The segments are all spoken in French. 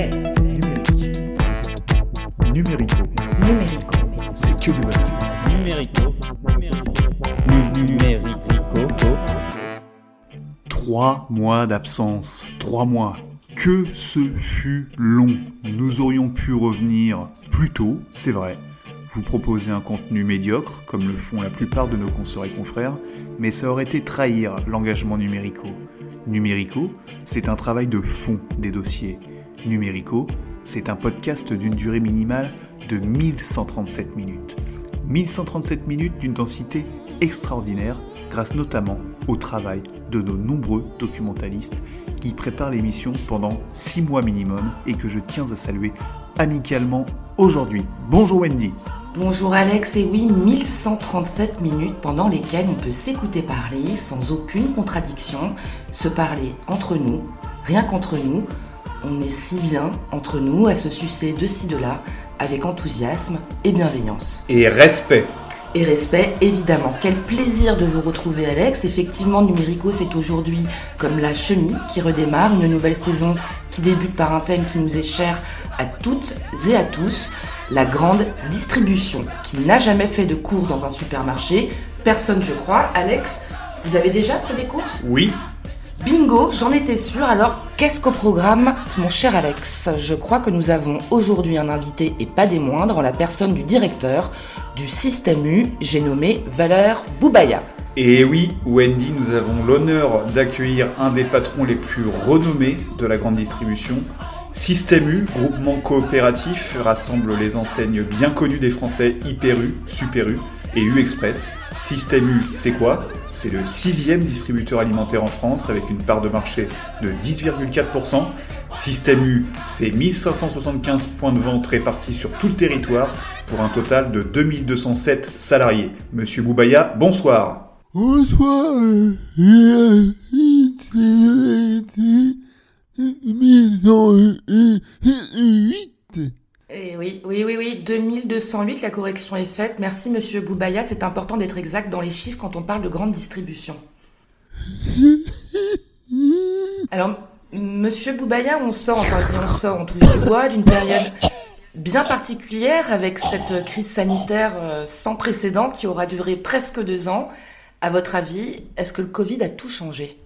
Numérique. Numérico. C'est que du web. Numérico. 3 mois d'absence. 3 mois. Que ce fut long. Nous aurions pu revenir plus tôt, c'est vrai. Vous proposer un contenu médiocre, comme le font la plupart de nos consoeurs et confrères, mais ça aurait été trahir l'engagement Numérico. Numérico, c'est un travail de fond des dossiers. Numérico, c'est un podcast d'une durée minimale de 1137 minutes. 1137 minutes d'une densité extraordinaire, grâce notamment au travail de nos nombreux documentalistes qui préparent l'émission pendant 6 mois minimum et que je tiens à saluer amicalement aujourd'hui. Bonjour Wendy. Bonjour Alex, et oui, 1137 minutes pendant lesquelles on peut s'écouter parler sans aucune contradiction, se parler entre nous, rien qu'entre nous. On est si bien entre nous à se sucer de ci de là avec enthousiasme et bienveillance. Et respect. Et respect, évidemment. Quel plaisir de vous retrouver Alex. Effectivement, Numérico, c'est aujourd'hui comme la chenille qui redémarre, une nouvelle saison qui débute par un thème qui nous est cher à toutes et à tous, la grande distribution. Qui n'a jamais fait de courses dans un supermarché? Personne, je crois. Alex, vous avez déjà fait des courses? Oui. Bingo, j'en étais sûre. Alors, qu'est-ce qu'au programme, mon cher Alex? Je crois que nous avons aujourd'hui un invité, et pas des moindres, en la personne du directeur du Système U, j'ai nommé Valère Boubaya. Et oui, Wendy, nous avons l'honneur d'accueillir un des patrons les plus renommés de la grande distribution. Système U, groupement coopératif, rassemble les enseignes bien connues des Français Hyper U, Super U et U-Express. Système U, c'est quoi? C'est le 6e distributeur alimentaire en France avec une part de marché de 10,4%. Système U, c'est 1575 points de vente répartis sur tout le territoire pour un total de 2207 salariés. Monsieur Boubaya, bonsoir. Bonsoir. Et oui, 2208, la correction est faite. Merci Monsieur Boubaya, c'est important d'être exact dans les chiffres quand on parle de grande distribution. Alors, Monsieur Boubaya, on touche du bois d'une période bien particulière avec cette crise sanitaire sans précédent qui aura duré presque 2 ans. À votre avis, est-ce que le Covid a tout changé?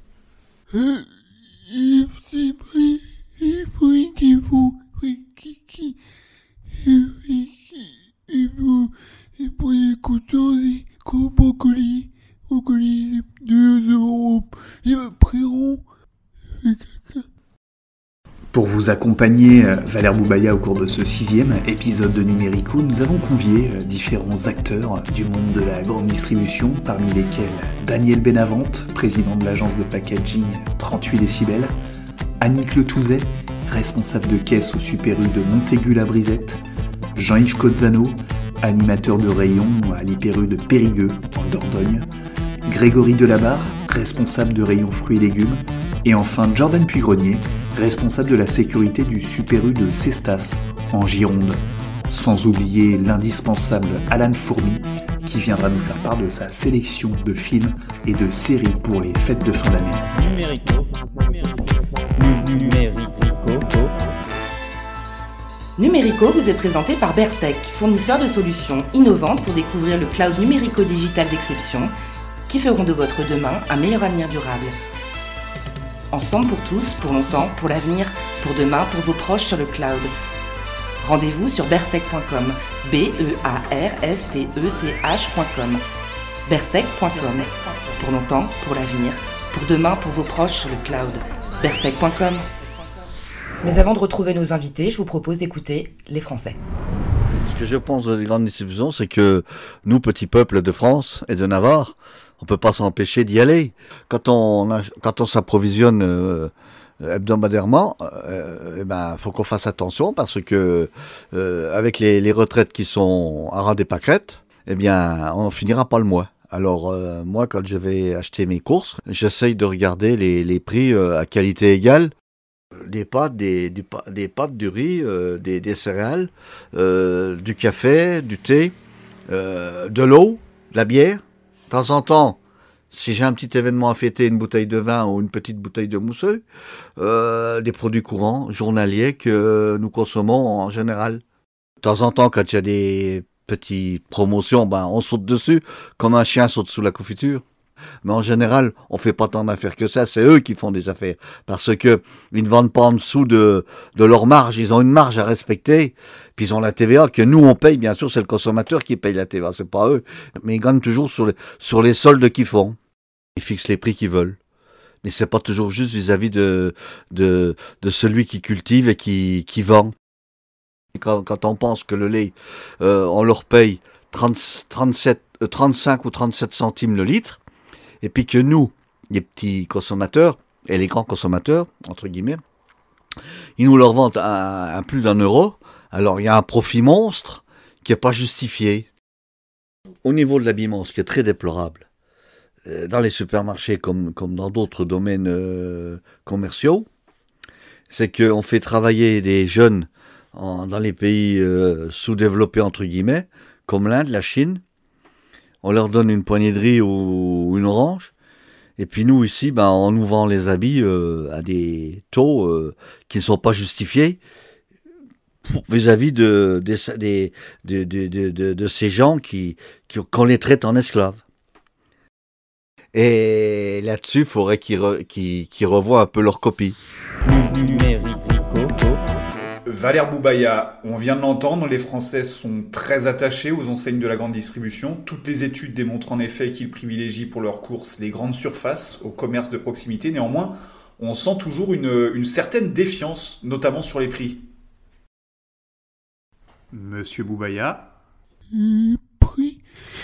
Pour vous accompagner, Valère Boubaya, au cours de ce 6e épisode de Numérico, nous avons convié différents acteurs du monde de la grande distribution, parmi lesquels Daniel Benavente, président de l'agence de packaging 38 décibels, Annick Letouzet, responsable de caisse au Super U de Montaigu-la-Brisette, Jean-Yves Cozzano, animateur de rayon à l'Hyper U de Périgueux, en Dordogne, Grégory Delabarre, responsable de rayon fruits et légumes, et enfin Jordan Puigrenier, responsable de la sécurité du Super U de Cestas, en Gironde. Sans oublier l'indispensable Alan Fourmy, qui viendra nous faire part de sa sélection de films et de séries pour les fêtes de fin d'année. Numérico vous est présenté par Berstec, fournisseur de solutions innovantes pour découvrir le cloud numérico-digital d'exception qui feront de votre demain un meilleur avenir durable. Ensemble pour tous, pour longtemps, pour l'avenir, pour demain, pour vos proches sur le cloud. Rendez-vous sur berstec.com, berstech.com, berstec.com, pour longtemps, pour l'avenir, pour demain, pour vos proches sur le cloud, berstec.com. Mais avant de retrouver nos invités, je vous propose d'écouter les Français. Ce que je pense de la grande distribution, c'est que nous, petits peuples de France et de Navarre, on peut pas s'empêcher d'y aller. Quand on s'approvisionne hebdomadairement, faut qu'on fasse attention parce que avec les retraites qui sont à ras des pâquerettes, on finira pas le mois. Alors moi, quand je vais acheter mes courses, j'essaye de regarder les prix à qualité égale. Des pâtes, des pâtes, du riz, des céréales, du café, du thé, de l'eau, de la bière. De temps en temps, Si j'ai un petit événement à fêter, une bouteille de vin ou une petite bouteille de mousseux, des produits courants, journaliers que nous consommons en général. De temps en temps, quand il y a des petites promotions, on saute dessus, comme un chien saute sous la confiture. Mais en général, on fait pas tant d'affaires que ça, c'est eux qui font des affaires. Parce que ils ne vendent pas en dessous de leur marge, ils ont une marge à respecter, puis ils ont la TVA que nous on paye, bien sûr, c'est le consommateur qui paye la TVA, c'est pas eux. Mais ils gagnent toujours sur les soldes qu'ils font. Ils fixent les prix qu'ils veulent. Mais c'est pas toujours juste vis-à-vis de celui qui cultive et qui vend. Quand on pense que le lait, on leur paye 35 ou 37 centimes le litre, et puis que nous, les petits consommateurs, et les grands consommateurs, entre guillemets, ils nous leur vendent à plus d'€1, alors il y a un profit monstre qui n'est pas justifié. Au niveau de l'habillement, ce qui est très déplorable, dans les supermarchés comme dans d'autres domaines commerciaux, c'est qu'on fait travailler des jeunes dans les pays sous-développés, entre guillemets, comme l'Inde, la Chine. On leur donne une poignée de riz ou une orange. Et puis nous, ici, on nous vend les habits à des taux qui ne sont pas justifiés vis-à-vis de ces gens qu'on les traite en esclaves. Et là-dessus, il faudrait qu'ils revoient un peu leur copie. Valère Boubaya, on vient de l'entendre, les Français sont très attachés aux enseignes de la grande distribution. Toutes les études démontrent en effet qu'ils privilégient pour leurs courses les grandes surfaces au commerce de proximité. Néanmoins, on sent toujours une certaine défiance, notamment sur les prix. Monsieur Boubaya. Prix.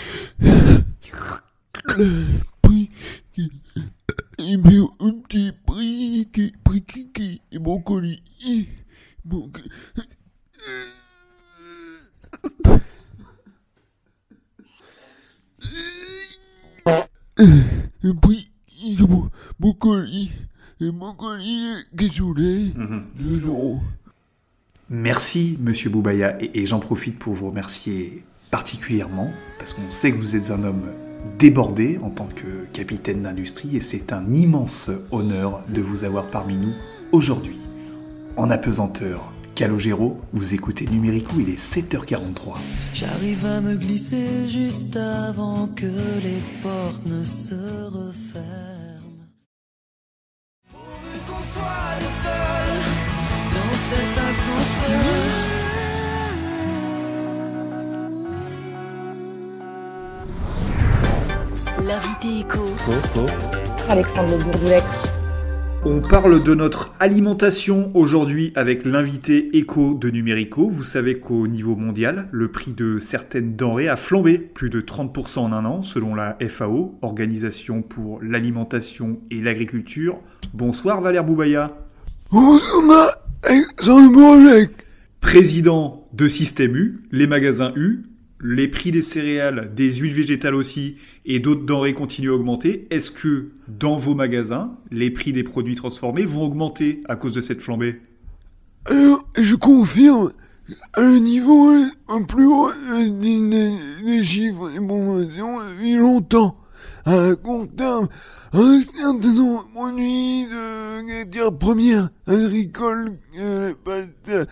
Et bien, un petit prix qui est mon colis. Et puis, mon colis qui est sous les 2 €. Merci, monsieur Boubaya, et j'en profite pour vous remercier particulièrement, parce qu'on sait que vous êtes un homme débordé en tant que capitaine d'industrie, et c'est un immense honneur de vous avoir parmi nous aujourd'hui. En apesanteur, Calogero, vous écoutez Numérico, il est 7h43. J'arrive à me glisser juste avant que les portes ne se referment. Pourvu qu'on soit les seuls dans cet ascenseur. L'invité éco. Alexandre Le Bourdoulec. On parle de notre alimentation aujourd'hui avec l'invité éco de Numérico. Vous savez qu'au niveau mondial, le prix de certaines denrées a flambé, plus de 30% en un an, selon la FAO, Organisation pour l'alimentation et l'agriculture. Bonsoir Valère Boubaya. Bonsoir, Alexandre. Président de Système U, les magasins U, les prix des céréales, des huiles végétales aussi, et d'autres denrées continuent à augmenter. Est-ce que, dans vos magasins, les prix des produits transformés vont augmenter à cause de cette flambée ? Alors, je confirme, à un niveau un plus haut des chiffres d'information depuis longtemps. À court terme, un certain nombre de produits de matières premières agricoles, la pâte,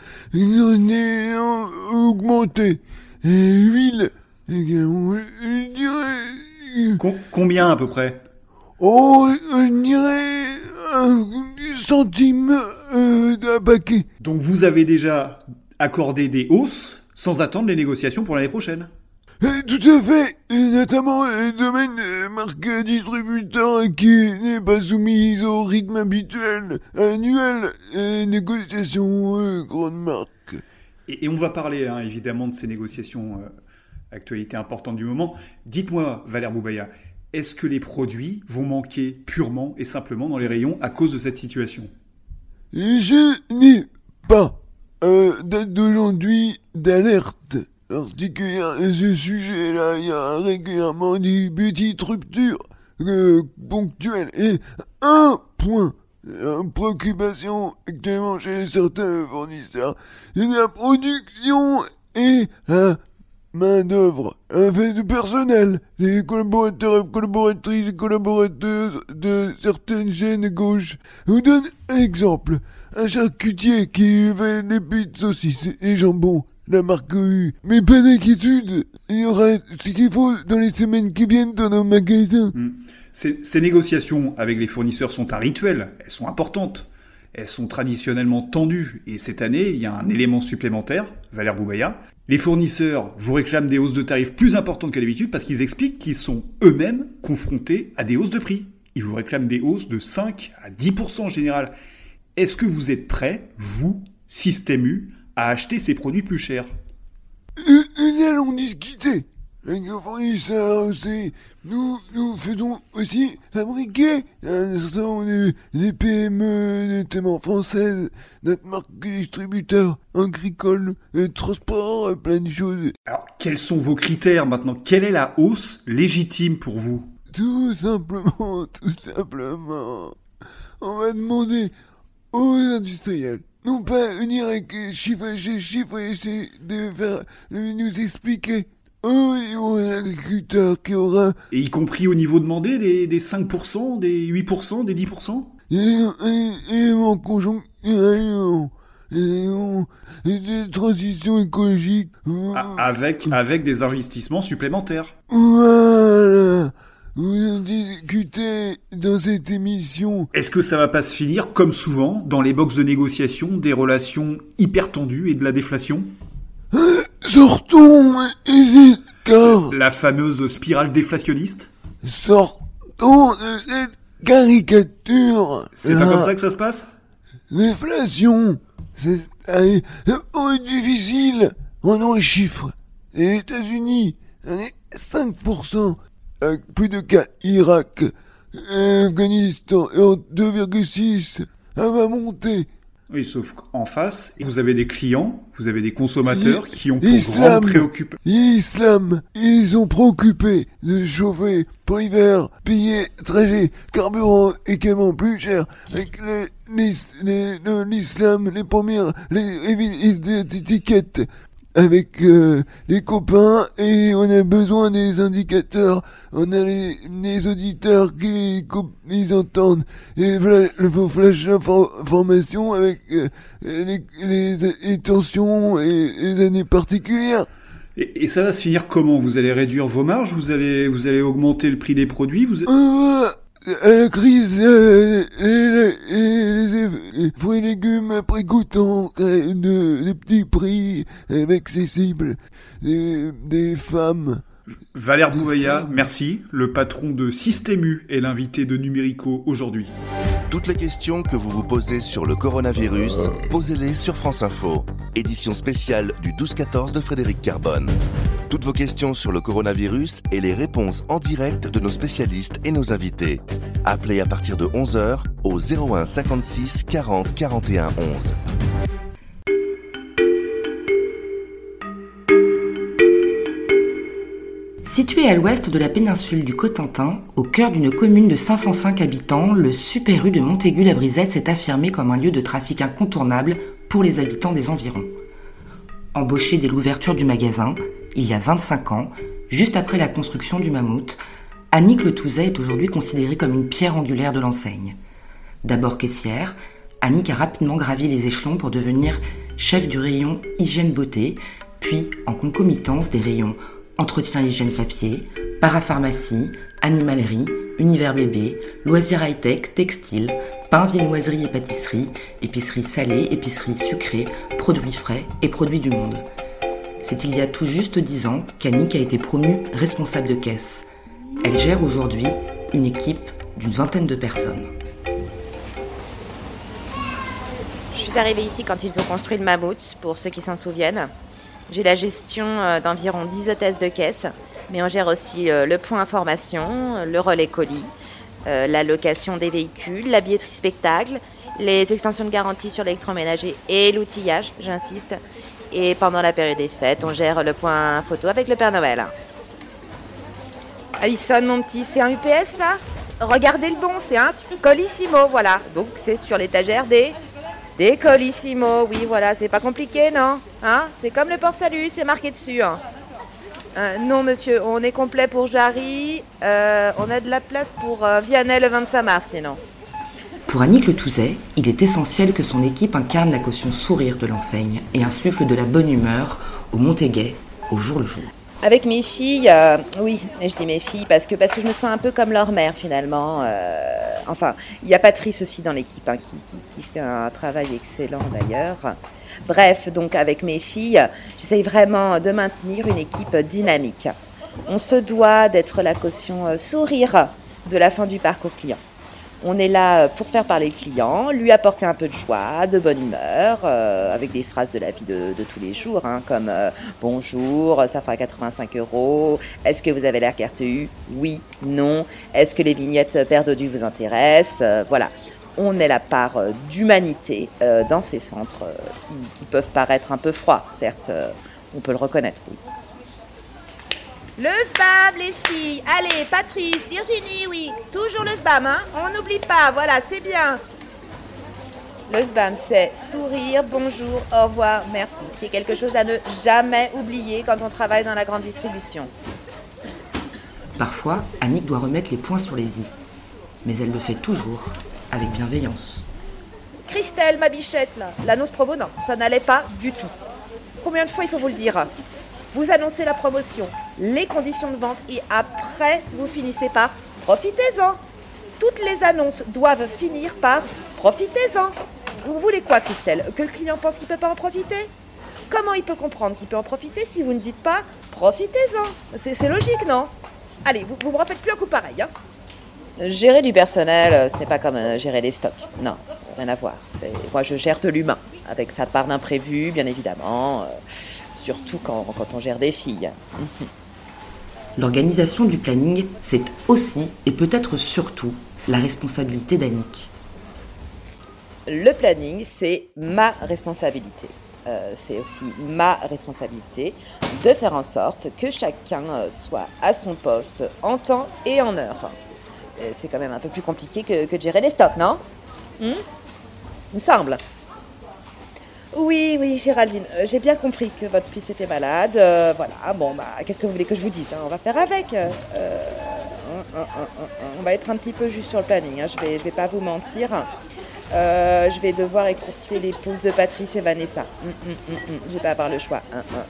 ont augmenté. Et huile, également, je dirais... Combien à peu près ? Oh, je dirais 10 centimes d'un paquet. Donc vous avez déjà accordé des hausses sans attendre les négociations pour l'année prochaine ? Tout à fait, et notamment le domaine marque distributeur qui n'est pas soumise au rythme habituel, annuel, négociation grande marque. Et on va parler évidemment de ces négociations, actualité importante du moment. Dites-moi, Valère Boubaya, est-ce que les produits vont manquer purement et simplement dans les rayons à cause de cette situation ? Je n'ai pas, date d'aujourd'hui, d'alerte particulière à ce sujet-là. Il y a régulièrement des petites ruptures ponctuelles. Et un point, préoccupation actuellement chez certains fournisseurs, c'est la production et la main-d'œuvre, un fait de personnel, les collaborateurs et collaboratrices et collaborateurs de certaines chaînes gauches. Je vous donne un exemple. Un charcutier qui fait des petites saucisses et jambon, la marque U. Mais pas d'inquiétude, il y aura ce qu'il faut dans les semaines qui viennent dans nos magasins. Ces négociations avec les fournisseurs sont un rituel, elles sont importantes. Elles sont traditionnellement tendues, et cette année, il y a un élément supplémentaire, Valère Boubaya. Les fournisseurs vous réclament des hausses de tarifs plus importantes que d'habitude parce qu'ils expliquent qu'ils sont eux-mêmes confrontés à des hausses de prix. Ils vous réclament des hausses de 5 à 10% en général. Est-ce que vous êtes prêts, vous, Système U, à acheter ces produits plus chers ? Nous allons discuter avec les fournisseurs aussi. Nous faisons aussi fabriquer un certain nombre des PME, notamment françaises, notre marque distributeur agricole, transport, plein de choses. Alors, quels sont vos critères maintenant ? Quelle est la hausse légitime pour vous ? Tout simplement, on va demander aux industriels, non pas venir avec chiffres et essayer de nous expliquer. Il y aura un agriculteur qui aura... Et y compris au niveau demandé, des 5%, des 8%, des 10% ? Et en conjonction, des transitions écologiques. Avec des investissements supplémentaires. Voilà. Vous discutez dans cette émission. Est-ce que ça va pas se finir, comme souvent, dans les boxes de négociation, des relations hyper tendues et de la déflation ? Sortons des écarts. La fameuse spirale déflationniste ? Sortons de cette caricature. C'est pas comme ça que ça se passe ? L'inflation, c'est difficile. Prenons les chiffres. Les États-Unis, on est 5%. Avec plus de cas Irak, Afghanistan, et en 2,6, elle va monter. Oui, sauf qu'en face, vous avez des clients, vous avez des consommateurs qui ont pour grande préoccupation. L'islam, ils sont préoccupés de chauffer pour l'hiver, payer trajet, carburant également plus cher, avec l'islam, les premières, les étiquettes, avec les copains, et on a besoin des indicateurs, on a les auditeurs qui ils entendent, et voilà le faux flash d'information avec les tensions et les années particulières. Et ça va se finir comment ? Vous allez réduire vos marges ? Vous allez augmenter le prix des produits ? La crise, les fruits et légumes après goûtant, des petits prix accessibles, des femmes. Valère Boubaya, merci. Le patron de Système U est l'invité de Numérico aujourd'hui. Toutes les questions que vous vous posez sur le coronavirus, posez-les sur France Info. Édition spéciale du 12-14 de Frédéric Carbone. Toutes vos questions sur le coronavirus et les réponses en direct de nos spécialistes et nos invités. Appelez à partir de 11h au 01 56 40 41 11. Situé à l'ouest de la péninsule du Cotentin, au cœur d'une commune de 505 habitants, le Super U de Montaigu-la-Brisette s'est affirmé comme un lieu de trafic incontournable pour les habitants des environs. Embauché dès l'ouverture du magasin, il y a 25 ans, juste après la construction du Mammouth, Annick Le Touzet est aujourd'hui considérée comme une pierre angulaire de l'enseigne. D'abord caissière, Annick a rapidement gravi les échelons pour devenir chef du rayon hygiène-beauté, puis en concomitance des rayons entretien hygiène papier, parapharmacie, animalerie, univers bébé, loisirs high-tech, textile, pain, viennoiserie et pâtisserie, épicerie salée, épicerie sucrée, produits frais et produits du monde. C'est il y a tout juste 10 ans qu'Annick a été promue responsable de caisse. Elle gère aujourd'hui une équipe d'une 20aine de personnes. Je suis arrivée ici quand ils ont construit le Mammouth, pour ceux qui s'en souviennent. J'ai la gestion d'environ 10 hôtesses de caisse, mais on gère aussi le point information, le relais colis, la location des véhicules, la billetterie spectacle, les extensions de garantie sur l'électroménager et l'outillage, j'insiste. Et pendant la période des fêtes, on gère le point photo avec le Père Noël. Alison, mon petit, c'est un UPS ça ? Regardez le bon, c'est un Colissimo, voilà. Donc c'est sur l'étagère des Colissimo, oui, voilà, c'est pas compliqué, non ? Hein ? C'est comme le Port Salut, c'est marqué dessus. Hein. Non, monsieur, on est complet pour Jarry. On a de la place pour Vianney le 25 mars, sinon. Pour Annick Le Touzet, il est essentiel que son équipe incarne la caution sourire de l'enseigne et insuffle de la bonne humeur au Montéguet, au jour le jour. Avec mes filles, oui, je dis mes filles parce que je me sens un peu comme leur mère finalement. Enfin, il y a Patrice aussi dans l'équipe qui fait un travail excellent d'ailleurs. Bref, donc avec mes filles, j'essaye vraiment de maintenir une équipe dynamique. On se doit d'être la caution sourire de la fin du parcours client. On est là pour faire parler le client, lui apporter un peu de joie, de bonne humeur, avec des phrases de la vie de tous les jours, comme bonjour, ça fera 85 €, est-ce que vous avez la carte U? Oui, non. Est-ce que les vignettes Père Dodu vous intéressent? Voilà. On est la part d'humanité dans ces centres qui peuvent paraître un peu froids, certes, on peut le reconnaître, oui. Le SBAM, les filles. Allez, Patrice, Virginie, oui. Toujours le SBAM, hein. On n'oublie pas, voilà, c'est bien. Le SBAM, c'est sourire, bonjour, au revoir, merci. C'est quelque chose à ne jamais oublier quand on travaille dans la grande distribution. Parfois, Annick doit remettre les points sur les i. Mais elle le fait toujours avec bienveillance. Christelle, ma bichette, là. L'annonce promo, non, ça n'allait pas du tout. Combien de fois il faut vous le dire? Vous annoncez la promotion, les conditions de vente et après, vous finissez par « profitez-en ». Toutes les annonces doivent finir par « profitez-en ». Vous voulez quoi, Christelle? Que le client pense qu'il ne peut pas en profiter? Comment il peut comprendre qu'il peut en profiter si vous ne dites pas « profitez-en » C'est logique, non? Allez, vous ne me refaites plus un coup pareil. Gérer du personnel, ce n'est pas comme gérer des stocks. Non, rien à voir. Moi, je gère de l'humain, avec sa part d'imprévu, bien évidemment. Surtout quand on gère des filles. L'organisation du planning, c'est aussi et peut-être surtout la responsabilité d'Annick. Le planning, c'est ma responsabilité. C'est aussi ma responsabilité de faire en sorte que chacun soit à son poste en temps et en heure. C'est quand même un peu plus compliqué que de gérer des stocks, non? Il me semble. Oui, Géraldine, j'ai bien compris que votre fils était malade. Voilà, bon, qu'est-ce que vous voulez que je vous dise, hein? On va faire avec. On va être un petit peu juste sur le planning, hein. Je vais pas vous mentir. Je vais devoir écourter les pauses de Patrice et Vanessa. Je vais pas avoir le choix.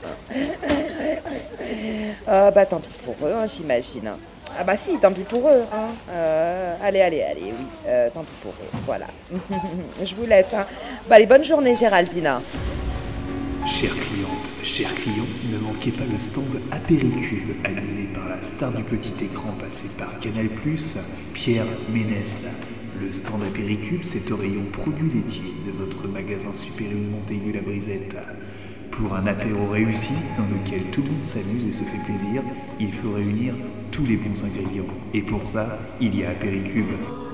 Tant pis pour eux, hein, j'imagine. Ah bah si, tant pis pour eux. Hein. Allez, oui, tant pis pour eux, voilà. Je vous laisse. Hein. Allez, bonne journée, Géraldine. Chères clientes, chers clients, ne manquez pas le stand Apéricube, animé par la star du petit écran passé par Canal+, Pierre Ménès. Le stand Apéricube, c'est au rayon produits laitiers de votre magasin Super U Montaigu-la Brisette. Pour un apéro réussi, dans lequel tout le monde s'amuse et se fait plaisir, il faut réunir tous les bons ingrédients. Et pour ça, il y a Apéricube.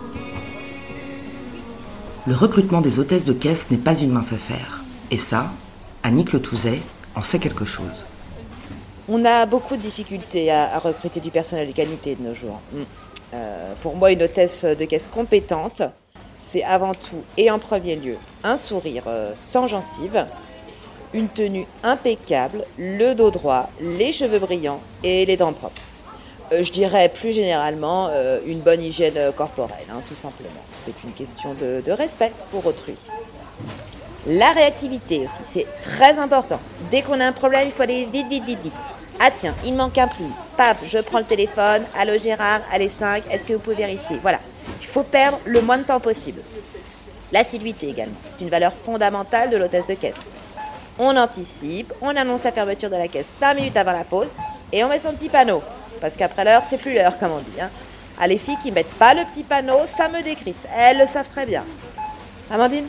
Le recrutement des hôtesses de caisse n'est pas une mince affaire. Et ça, Annick Le Touzet en sait quelque chose. On a beaucoup de difficultés à recruter du personnel de qualité de nos jours. Pour moi, une hôtesse de caisse compétente, c'est avant tout et en premier lieu un sourire sans gencives, une tenue impeccable, le dos droit, les cheveux brillants et les dents propres. Je dirais plus généralement une bonne hygiène corporelle, tout simplement. C'est une question de respect pour autrui. La réactivité aussi, c'est très important. Dès qu'on a un problème, il faut aller vite. Ah tiens, il manque un prix. Paf, je prends le téléphone. Allô Gérard, allez 5, est-ce que vous pouvez vérifier? Voilà, il faut perdre le moins de temps possible. L'assiduité également, c'est une valeur fondamentale de l'hôtesse de caisse. On anticipe, on annonce la fermeture de la caisse 5 minutes avant la pause et on met son petit panneau. Parce qu'après l'heure, c'est plus l'heure, comme on dit. Ah, les filles qui mettent pas le petit panneau, ça me décrisse. Elles le savent très bien. Amandine,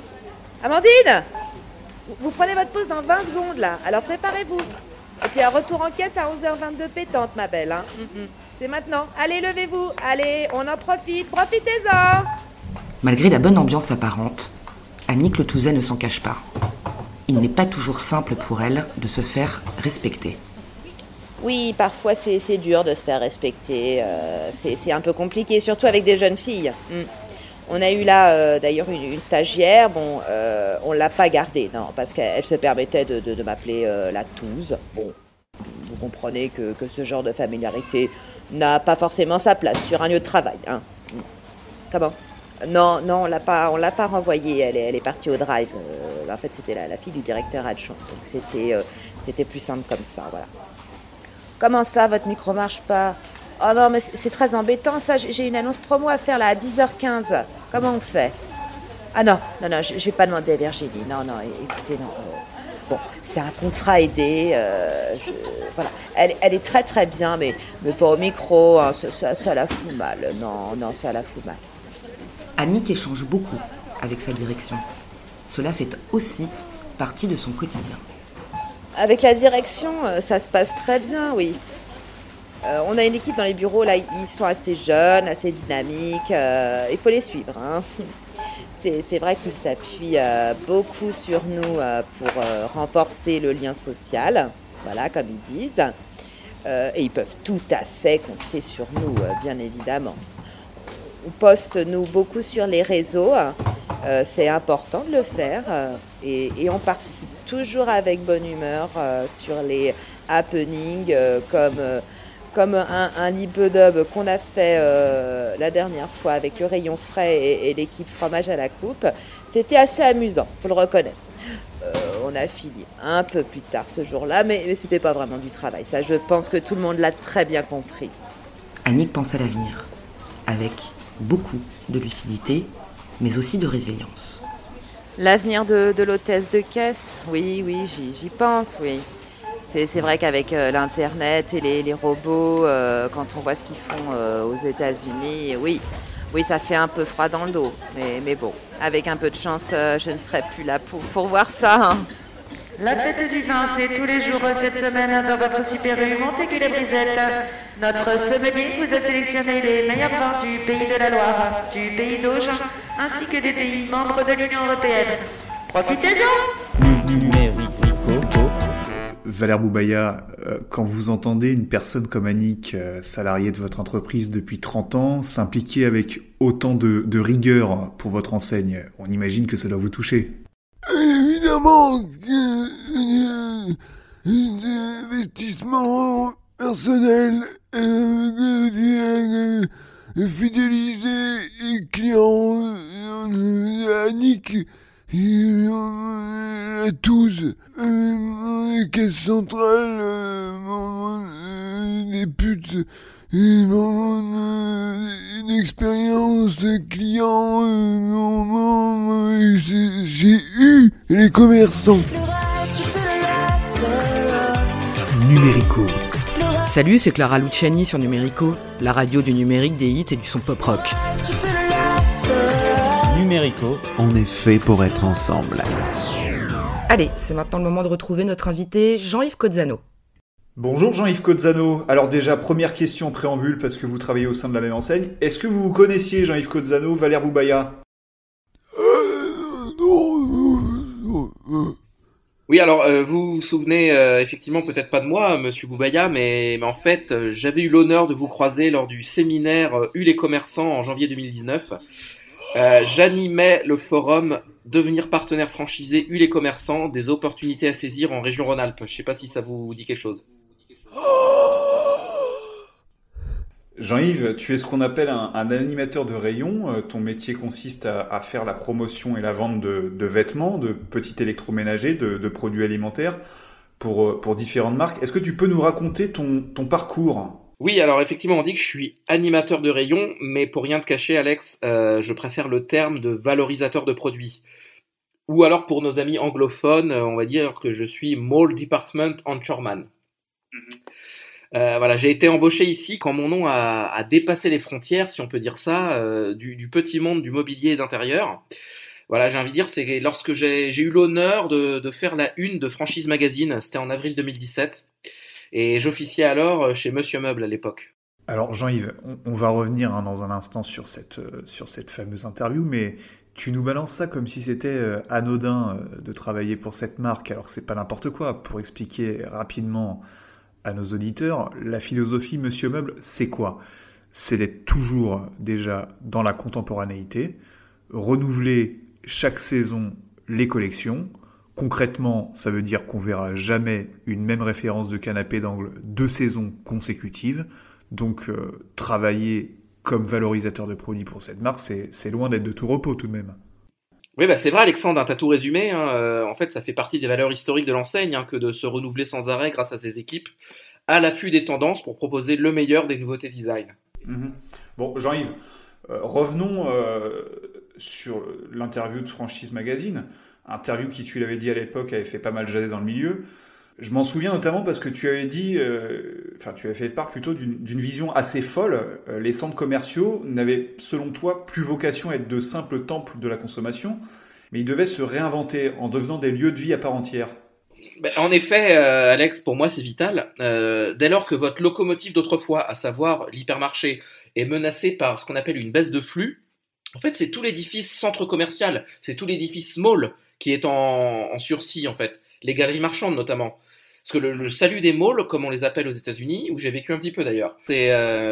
vous prenez votre pause dans 20 secondes, là. Alors préparez-vous. Et puis un retour en caisse à 11h22 pétante, ma belle. C'est maintenant. Allez, levez-vous. Allez, on en profite. Profitez-en. Malgré la bonne ambiance apparente, Annick Le Touzet ne s'en cache pas. Il n'est pas toujours simple pour elle de se faire respecter. Oui, parfois c'est dur de se faire respecter, c'est un peu compliqué, surtout avec des jeunes filles. On a eu là d'ailleurs une stagiaire, on l'a pas gardée, non, parce qu'elle se permettait de m'appeler la touze. Bon, vous comprenez que ce genre de familiarité n'a pas forcément sa place sur un lieu de travail. Hein. Comment ? Non, on l'a pas renvoyée. Elle est partie au drive. En fait, c'était la fille du directeur adjoint. Donc c'était plus simple comme ça, voilà. Comment ça, votre micro marche pas ? Oh non, mais c'est très embêtant ça. J'ai une annonce promo à faire là à 10h15. Comment on fait ? Ah non, je vais pas demander à Virginie. Non, écoutez, non. Bon, c'est un contrat aidé. Voilà. Elle est très très bien, mais pas au micro. Hein, ça la fout mal. Non, ça la fout mal. Annick échange beaucoup avec sa direction. Cela fait aussi partie de son quotidien. Avec la direction, ça se passe très bien, oui. On a une équipe dans les bureaux, là, ils sont assez jeunes, assez dynamiques. Il faut les suivre. Hein. C'est vrai qu'ils s'appuient beaucoup sur nous pour renforcer le lien social, voilà, comme ils disent. Et ils peuvent tout à fait compter sur nous, bien évidemment. On poste, nous, beaucoup sur les réseaux. C'est important de le faire. Et on participe toujours avec bonne humeur sur les happenings comme un lipodub qu'on a fait la dernière fois avec le rayon frais et l'équipe fromage à la coupe. C'était assez amusant, faut le reconnaître. On a fini un peu plus tard ce jour-là, mais c'était pas vraiment du travail. Ça, je pense que tout le monde l'a très bien compris. Annick pense à l'avenir, avec beaucoup de lucidité, mais aussi de résilience. L'avenir de l'hôtesse de caisse, oui, j'y pense, oui. C'est vrai qu'avec l'Internet et les robots, quand on voit ce qu'ils font aux États-Unis, oui, ça fait un peu froid dans le dos. Mais bon, avec un peu de chance, je ne serai plus là pour voir ça. Hein. La fête du vin, c'est tous les jours cette semaine dans votre Super U Montaigu-les-Brisettes. Notre sommelier vous a sélectionné les meilleurs vins du pays de la Loire, du pays d'Auge, ainsi que des pays membres de l'Union européenne. Profitez-en! Valère Boubaya, quand vous entendez une personne comme Annick, salariée de votre entreprise depuis 30 ans, s'impliquer avec autant de rigueur pour votre enseigne, on imagine que ça doit vous toucher. Évidemment investissement personnel, fidéliser les clients, Annick, à tous, les caisses centrales, des putes, une expérience de client, j'ai eu les commerçants. Numérico. Salut, c'est Clara Luciani sur Numérico, la radio du numérique, des hits et du son pop-rock. Numérico, on est fait pour être ensemble. Allez, c'est maintenant le moment de retrouver notre invité Jean-Yves Cozzano. Bonjour Jean-Yves Cozzano. Alors déjà, première question en préambule, parce que vous travaillez au sein de la même enseigne. Est-ce que vous connaissiez Jean-Yves Cozzano, Valère Boubaya ? Non. Oui, alors vous vous souvenez effectivement peut-être pas de moi, Monsieur Boubaya, mais en fait j'avais eu l'honneur de vous croiser lors du séminaire U les commerçants en janvier 2019. J'animais le forum Devenir partenaire franchisé U les commerçants, des opportunités à saisir en région Rhône-Alpes. Je sais pas si ça vous dit quelque chose. Jean-Yves, tu es ce qu'on appelle un animateur de rayon. Ton métier consiste à faire la promotion et la vente de vêtements, de petits électroménagers, de produits alimentaires pour différentes marques. Est-ce que tu peux nous raconter ton parcours ? Oui, alors effectivement, on dit que je suis animateur de rayon, mais pour rien te cacher, Alex, je préfère le terme de valorisateur de produits. Ou alors pour nos amis anglophones, on va dire que je suis Mall Department Anchorman. Voilà, j'ai été embauché ici quand mon nom a dépassé les frontières, si on peut dire ça, du petit monde du mobilier d'intérieur. Voilà, j'ai envie de dire, c'est lorsque j'ai eu l'honneur de faire la une de Franchise Magazine, c'était en avril 2017, et j'officiais alors chez Monsieur Meuble à l'époque. Alors Jean-Yves, on va revenir dans un instant sur cette fameuse interview, mais tu nous balances ça comme si c'était anodin de travailler pour cette marque, alors c'est pas n'importe quoi. Pour expliquer rapidement à nos auditeurs, la philosophie Monsieur Meuble, c'est quoi ? C'est d'être toujours déjà dans la contemporanéité, renouveler chaque saison les collections, Concrètement, ça veut dire qu'on verra jamais une même référence de canapé d'angle 2 saisons consécutives. Donc, travailler comme valorisateur de produits pour cette marque, c'est loin d'être de tout repos tout de même. Oui, c'est vrai, Alexandre, t'as tout résumé. En fait, ça fait partie des valeurs historiques de l'enseigne que de se renouveler sans arrêt grâce à ses équipes, à l'affût des tendances pour proposer le meilleur des nouveautés design. Bon, Jean-Yves, revenons sur l'interview de Franchise Magazine, interview qui, tu l'avais dit à l'époque, avait fait pas mal jaser dans le milieu. Je m'en souviens notamment parce que tu avais dit, tu avais fait part plutôt d'une vision assez folle. Les centres commerciaux n'avaient, selon toi, plus vocation à être de simples temples de la consommation, mais ils devaient se réinventer en devenant des lieux de vie à part entière. En effet, Alex, pour moi c'est vital. Dès lors que votre locomotive d'autrefois, à savoir l'hypermarché, est menacée par ce qu'on appelle une baisse de flux, en fait c'est tout l'édifice centre commercial, c'est tout l'édifice mall qui est en sursis en fait, les galeries marchandes notamment. Parce que le salut des malls, comme on les appelle aux États-Unis, où j'ai vécu un petit peu d'ailleurs, c'est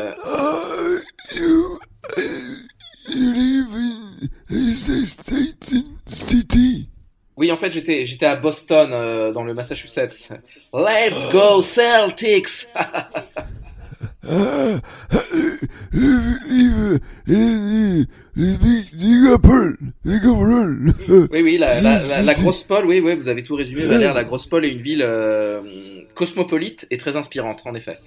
You live in the state city. Oui, en fait, j'étais à Boston, dans le Massachusetts. Let's go Celtics. Oui, la grosse Paul, oui, vous avez tout résumé, Valère. La grosse Paul est une ville cosmopolite et très inspirante, en effet.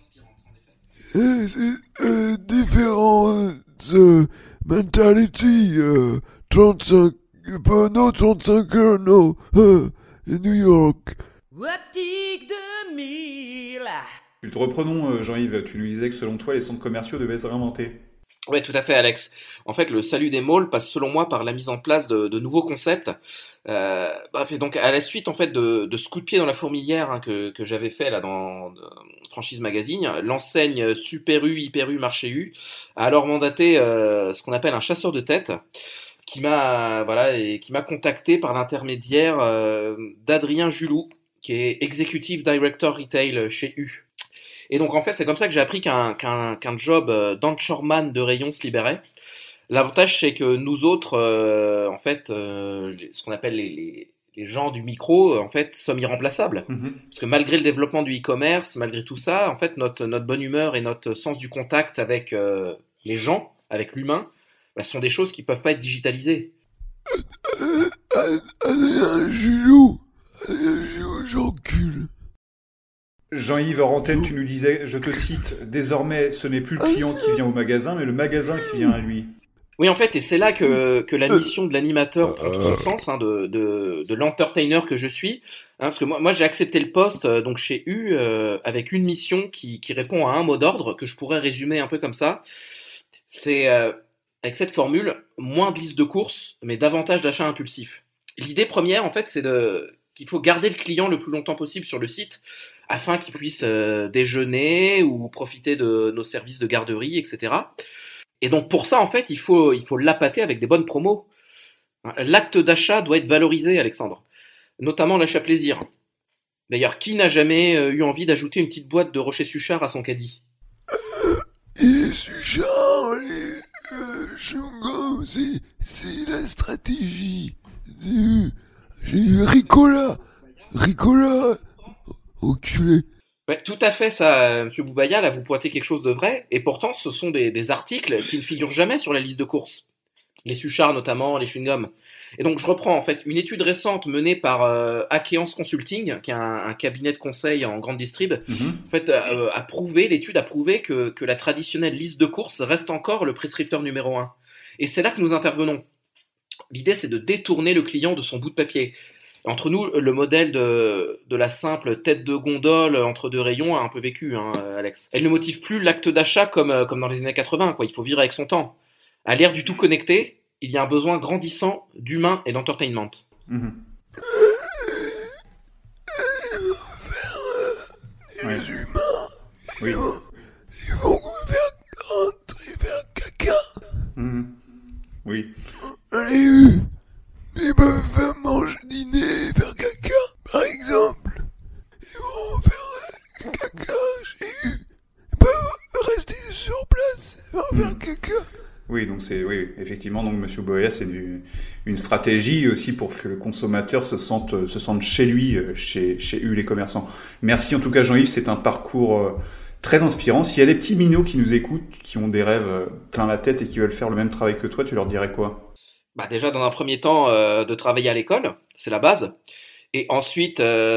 Différentes mentality, 35 heures, non, New York. Optique 2000. Reprenons, Jean-Yves, tu nous disais que selon toi, les centres commerciaux devaient se réinventer. Oui, tout à fait, Alex. En fait, le salut des malls passe selon moi par la mise en place de nouveaux concepts. Et donc, à la suite en fait de ce coup de pied dans la fourmilière que j'avais fait là dans Franchise Magazine, l'enseigne Super U, Hyper U, Marché U a alors mandaté ce qu'on appelle un chasseur de tête qui m'a contacté par l'intermédiaire d'Adrien Julou, qui est Executive Director Retail chez U. Et donc en fait, c'est comme ça que j'ai appris qu'un job d'anchorman de rayon se libérait. L'avantage, c'est que nous autres, ce qu'on appelle les gens du micro, en fait, sommes irremplaçables. Parce que malgré le développement du e-commerce, malgré tout ça, en fait, notre bonne humeur et notre sens du contact avec les gens, avec l'humain, sont des choses qui peuvent pas être digitalisées. Julou, j'encule. Jean-Yves, hors antenne, tu nous disais, je te cite, désormais, ce n'est plus le client qui vient au magasin, mais le magasin qui vient à lui. Oui, en fait, et c'est là que la mission de l'animateur prend tout son sens, de l'entertainer que je suis. Parce que moi j'ai accepté le poste donc chez U avec une mission qui répond à un mot d'ordre que je pourrais résumer un peu comme ça. C'est, avec cette formule, moins de liste de courses, mais davantage d'achats impulsifs. L'idée première, en fait, c'est qu'il faut garder le client le plus longtemps possible sur le site afin qu'il puisse déjeuner ou profiter de nos services de garderie, etc. Et donc pour ça, en fait, il faut l'appâter avec des bonnes promos. L'acte d'achat doit être valorisé, Alexandre. Notamment l'achat plaisir. D'ailleurs, qui n'a jamais eu envie d'ajouter une petite boîte de Rocher Suchard à son caddie ? Et Suchard, les chewing-gums, c'est la stratégie. J'ai eu Ricola, enculé. Ouais, tout à fait, ça, Monsieur Boubaya, là, vous pointez quelque chose de vrai, et pourtant, ce sont des articles qui ne figurent jamais sur la liste de courses. Les Suchards, notamment, les chewing-gums. Et donc, je reprends, en fait, une étude récente menée par Akeance Consulting, qui est un cabinet de conseil en grande distrib, en fait, l'étude a prouvé que la traditionnelle liste de courses reste encore le prescripteur numéro 1. Et c'est là que nous intervenons. L'idée, c'est de détourner le client de son bout de papier. Entre nous, le modèle de la simple tête de gondole entre deux rayons a un peu vécu, Alex. Elle ne motive plus l'acte d'achat comme dans les années 80, quoi. Il faut vivre avec son temps. À l'ère du tout connecté, il y a un besoin grandissant d'humain et d'entertainment. Les humains, ils vont faire caca. Oui. Allez, ils peuvent manger, dîner, faire caca, par exemple. Ils vont faire caca chez eux. Ils peuvent rester sur place, faire caca. Oui, donc effectivement, donc Monsieur Boya, c'est une stratégie aussi pour que le consommateur se sente chez lui, chez eux les commerçants. Merci en tout cas Jean-Yves, c'est un parcours très inspirant. S'il y a des petits minots qui nous écoutent, qui ont des rêves plein la tête et qui veulent faire le même travail que toi, tu leur dirais quoi ? Déjà, dans un premier temps, de travailler à l'école, c'est la base. Et ensuite,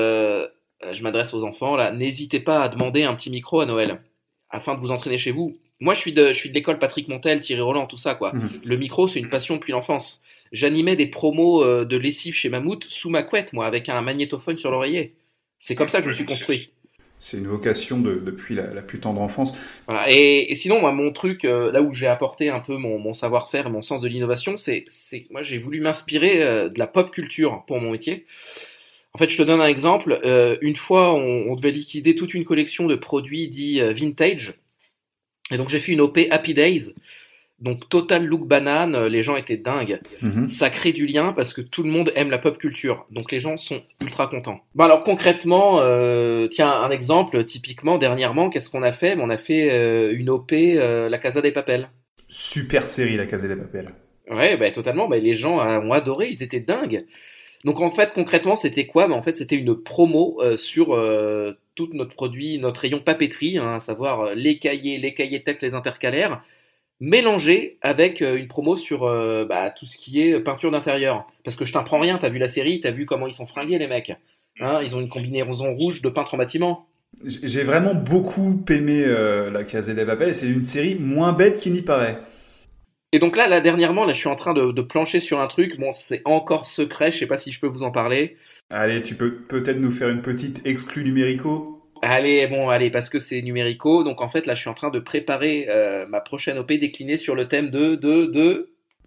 je m'adresse aux enfants, là, n'hésitez pas à demander un petit micro à Noël, afin de vous entraîner chez vous. Moi, je suis de l'école Patrick Montel, Thierry Roland, tout ça, quoi. Le micro, c'est une passion depuis l'enfance. J'animais des promos de lessive chez Mammouth sous ma couette, moi, avec un magnétophone sur l'oreiller. C'est comme ça que je me suis construit. C'est une vocation depuis la plus tendre enfance. Voilà. Et sinon, moi, mon truc, là où j'ai apporté un peu mon savoir-faire et mon sens de l'innovation, c'est moi, j'ai voulu m'inspirer de la pop culture pour mon métier. En fait, je te donne un exemple. Une fois, on devait liquider toute une collection de produits dits vintage. Et donc, j'ai fait une OP Happy Days. Donc, total look banane, les gens étaient dingues. Ça crée du lien parce que tout le monde aime la pop culture. Donc, les gens sont ultra contents. Alors, concrètement, tiens, un exemple, typiquement, dernièrement, qu'est-ce qu'on a fait ? On a fait une OP La Casa de Papel. Super série, La Casa de Papel. Ouais, totalement. Les gens ont adoré, ils étaient dingues. Donc, en fait, concrètement, c'était quoi ? En fait, c'était une promo sur tout notre produit, notre rayon papeterie, à savoir les cahiers textes, les intercalaires, mélangé avec une promo sur tout ce qui est peinture d'intérieur. Parce que je t'apprends rien, t'as vu la série, t'as vu comment ils sont fringués les mecs. Ils ont une combinaison rouge de peintre en bâtiment. J'ai vraiment beaucoup aimé La Casa de Papel et c'est une série moins bête qu'il n'y paraît. Et donc là, dernièrement, je suis en train de plancher sur un truc. Bon, c'est encore secret, je sais pas si je peux vous en parler. Allez, tu peux peut-être nous faire une petite exclue numérico ? Allez, parce que c'est numérico. Donc en fait, là, je suis en train de préparer ma prochaine OP déclinée sur le thème de...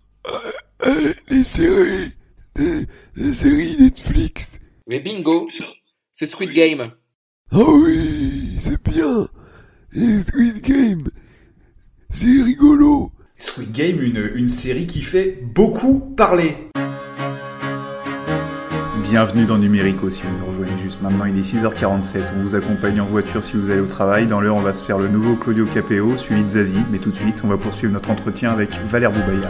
Les séries Netflix. Mais bingo, c'est Squid Game. Oh oui, c'est bien. Et Squid Game, c'est rigolo. Squid Game, une série qui fait beaucoup parler. Bienvenue dans Numérico, si vous nous rejoignez juste maintenant, il est 6h47, on vous accompagne en voiture si vous allez au travail, dans l'heure on va se faire le nouveau Claudio Capéo, suivi de Zazie, mais tout de suite on va poursuivre notre entretien avec Valère Boubaya.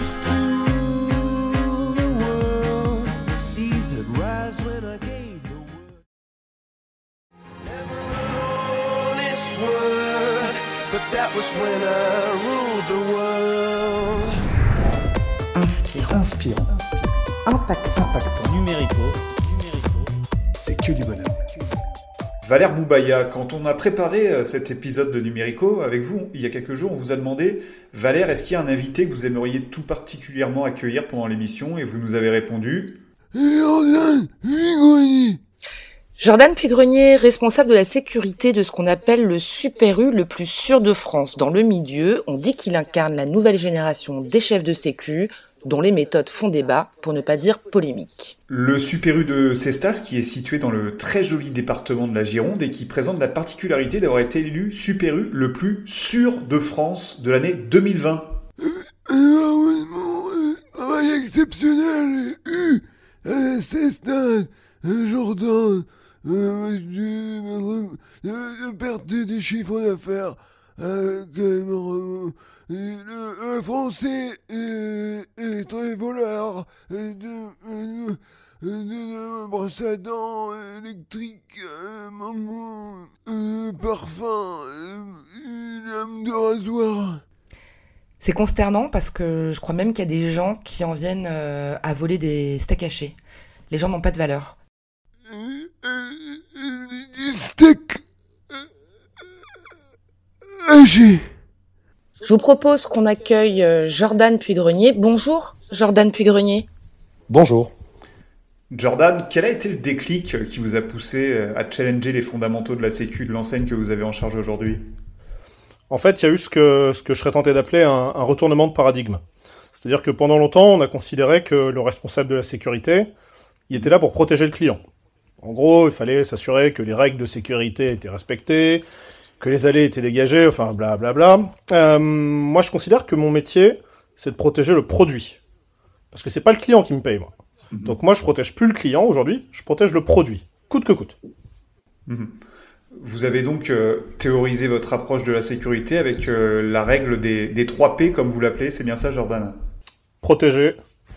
Inspirant. Impactant. Numérico. C'est que du bonheur. Valère Boubaya, quand on a préparé cet épisode de Numérico avec vous, il y a quelques jours, on vous a demandé, Valère, est-ce qu'il y a un invité que vous aimeriez tout particulièrement accueillir pendant l'émission ? Et vous nous avez répondu... Jordan Puy-Grenier, responsable de la sécurité de ce qu'on appelle le Super U le plus sûr de France. Dans le milieu, on dit qu'il incarne la nouvelle génération des chefs de sécu, dont les méthodes font débat, pour ne pas dire polémique. Le Super U de Cestas, qui est situé dans le très joli département de la Gironde et qui présente la particularité d'avoir été élu Super U le plus sûr de France de l'année 2020. Travail exceptionnel, Cestas, Jordan, de perte des chiffres d'affaires, le français est très voleur, de brosse à dents électrique, parfum, une lame de rasoir. C'est consternant parce que je crois même qu'il y a des gens qui en viennent à voler des steaks hachés. Les gens n'ont pas de valeur. Des steaks hachés. Je vous propose qu'on accueille Jordan Puy-Grenier. Bonjour, Jordan Puy-Grenier. Bonjour. Jordan, quel a été le déclic qui vous a poussé à challenger les fondamentaux de la sécu de l'enseigne que vous avez en charge aujourd'hui ? En fait, il y a eu ce que je serais tenté d'appeler un retournement de paradigme. C'est-à-dire que pendant longtemps, on a considéré que le responsable de la sécurité, il était là pour protéger le client. En gros, il fallait s'assurer que les règles de sécurité étaient respectées, que les allées étaient dégagées, enfin blablabla. Moi, je considère que mon métier, c'est de protéger le produit. Parce que c'est pas le client qui me paye, moi. Donc moi, je protège plus le client aujourd'hui, je protège le produit, coûte que coûte. Vous avez donc théorisé votre approche de la sécurité avec la règle des 3 P, comme vous l'appelez, c'est bien ça, Jordan ? Protéger,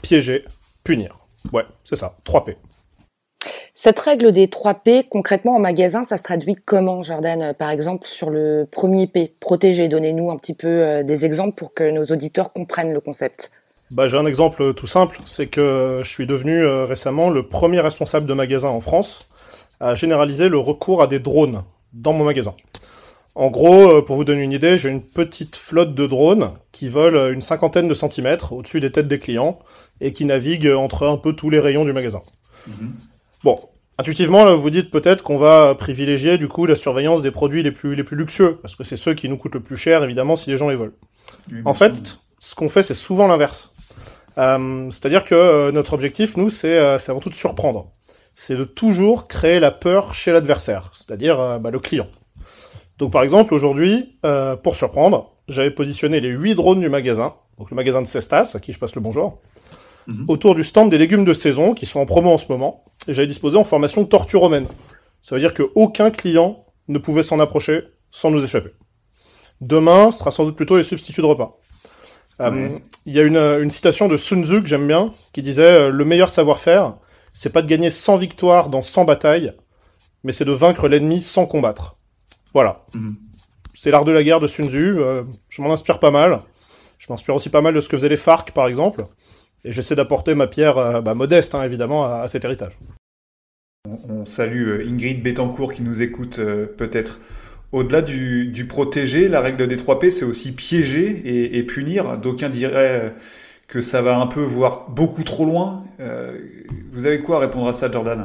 piéger, punir. Ouais, c'est ça, 3 P. Cette règle des 3 P, concrètement en magasin, ça se traduit comment, Jordan? Par exemple, sur le premier P, protéger. Donnez-nous un petit peu des exemples pour que nos auditeurs comprennent le concept. J'ai un exemple tout simple, c'est que je suis devenu récemment le premier responsable de magasin en France à généraliser le recours à des drones dans mon magasin. En gros, pour vous donner une idée, j'ai une petite flotte de drones qui volent une 50aine de centimètres au-dessus des têtes des clients et qui naviguent entre un peu tous les rayons du magasin. Bon, intuitivement, là, vous dites peut-être qu'on va privilégier du coup la surveillance des produits les plus luxueux, parce que c'est ceux qui nous coûtent le plus cher, évidemment, si les gens les volent. Oui, en fait, ce qu'on fait, c'est souvent l'inverse. C'est-à-dire que notre objectif, nous, c'est avant tout de surprendre. C'est de toujours créer la peur chez l'adversaire, c'est-à-dire le client. Donc par exemple, aujourd'hui, pour surprendre, j'avais positionné les 8 drones du magasin, donc le magasin de Cestas, à qui je passe le bonjour, autour du stand des légumes de saison, qui sont en promo en ce moment, et j'avais disposé en formation tortue romaine. Ça veut dire qu'aucun client ne pouvait s'en approcher sans nous échapper. Demain, ce sera sans doute plutôt les substituts de repas. Il y a une citation de Sun Tzu que j'aime bien, qui disait « Le meilleur savoir-faire, c'est pas de gagner 100 victoires dans 100 batailles, mais c'est de vaincre l'ennemi sans combattre. » Voilà. C'est l'art de la guerre de Sun Tzu, je m'en inspire pas mal. Je m'inspire aussi pas mal de ce que faisaient les FARC, par exemple. Et j'essaie d'apporter ma pierre, modeste, évidemment, à cet héritage. On salue Ingrid Bettencourt qui nous écoute peut-être. Au-delà du protéger, la règle des 3 P, c'est aussi piéger et punir. D'aucuns diraient que ça va un peu, voire beaucoup trop loin. Vous avez quoi à répondre à ça, Jordan ?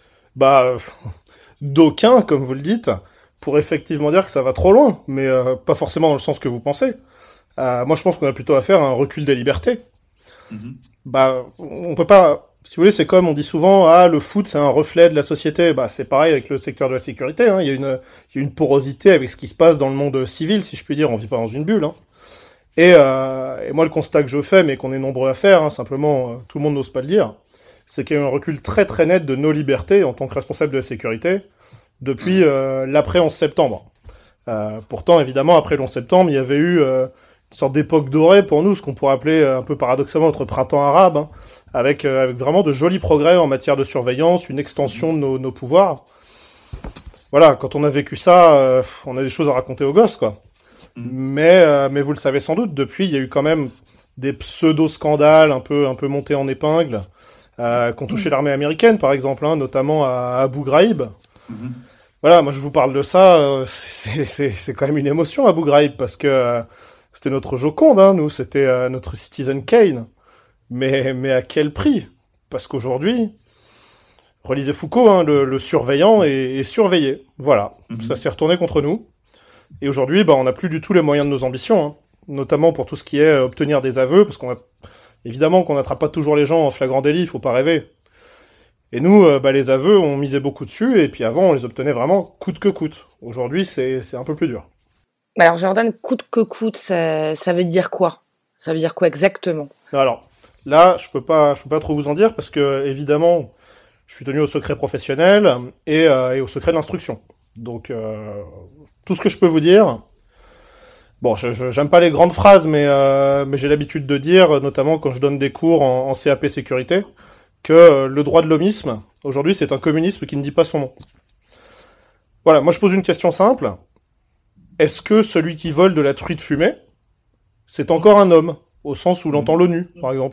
D'aucuns, comme vous le dites, pourraient effectivement dire que ça va trop loin, mais pas forcément dans le sens que vous pensez. Moi, je pense qu'on a plutôt à faire un recul des libertés. On peut pas... Si vous voulez, c'est comme on dit souvent, le foot, c'est un reflet de la société. C'est pareil avec le secteur de la sécurité. Il y a une porosité avec ce qui se passe dans le monde civil, si je puis dire. On vit pas dans une bulle. Et moi, le constat que je fais, mais qu'on est nombreux à faire, simplement, tout le monde n'ose pas le dire, c'est qu'il y a eu un recul très très net de nos libertés en tant que responsable de la sécurité depuis l'après 11 septembre. Pourtant, évidemment, après le 11 septembre, il y avait eu... une sorte d'époque dorée pour nous, ce qu'on pourrait appeler un peu paradoxalement notre printemps arabe, avec vraiment de jolis progrès en matière de surveillance, une extension de nos pouvoirs. Voilà, quand on a vécu ça, on a des choses à raconter aux gosses, quoi. Mais vous le savez sans doute, depuis, il y a eu quand même des pseudo-scandales un peu montés en épingle, qui ont touché l'armée américaine, par exemple, notamment à Abu Ghraib. Voilà, moi je vous parle de ça, c'est quand même une émotion, Abu Ghraib, parce que... c'était notre Joconde, nous, c'était notre Citizen Kane. Mais à quel prix ? Parce qu'aujourd'hui, relisez Foucault, le surveillant est surveillé. Voilà, ça s'est retourné contre nous. Et aujourd'hui, on n'a plus du tout les moyens de nos ambitions, notamment pour tout ce qui est obtenir des aveux, parce évidemment qu'on n'attrape pas toujours les gens en flagrant délit, il faut pas rêver. Et nous, les aveux, on misait beaucoup dessus, et puis avant, on les obtenait vraiment coûte que coûte. Aujourd'hui, c'est un peu plus dur. Alors Jordan, coûte que coûte, ça veut dire quoi ? Ça veut dire quoi exactement ? Alors, là, je peux pas trop vous en dire, parce que, évidemment, je suis tenu au secret professionnel et au secret de l'instruction. Donc, tout ce que je peux vous dire... Bon, j'aime pas les grandes phrases, mais j'ai l'habitude de dire, notamment quand je donne des cours en CAP sécurité, que le droit de l'homisme, aujourd'hui, c'est un communisme qui ne dit pas son nom. Voilà, moi je pose une question simple. Est-ce que celui qui vole de la truite fumée, c'est encore un homme, au sens où l'entend l'ONU, par exemple ?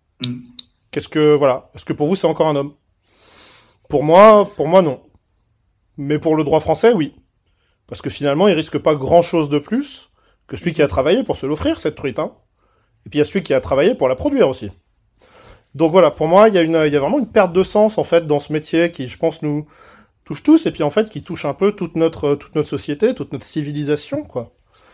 Est-ce que pour vous c'est encore un homme ? Pour moi, non. Mais pour le droit français, oui. Parce que finalement, il risque pas grand-chose de plus que celui qui a travaillé pour se l'offrir, cette truite. Et puis il y a celui qui a travaillé pour la produire aussi. Donc voilà, pour moi, il y a vraiment une perte de sens, en fait, dans ce métier qui, je pense, nous touche tous, et puis en fait, qui touche un peu toute notre société, toute notre civilisation, quoi.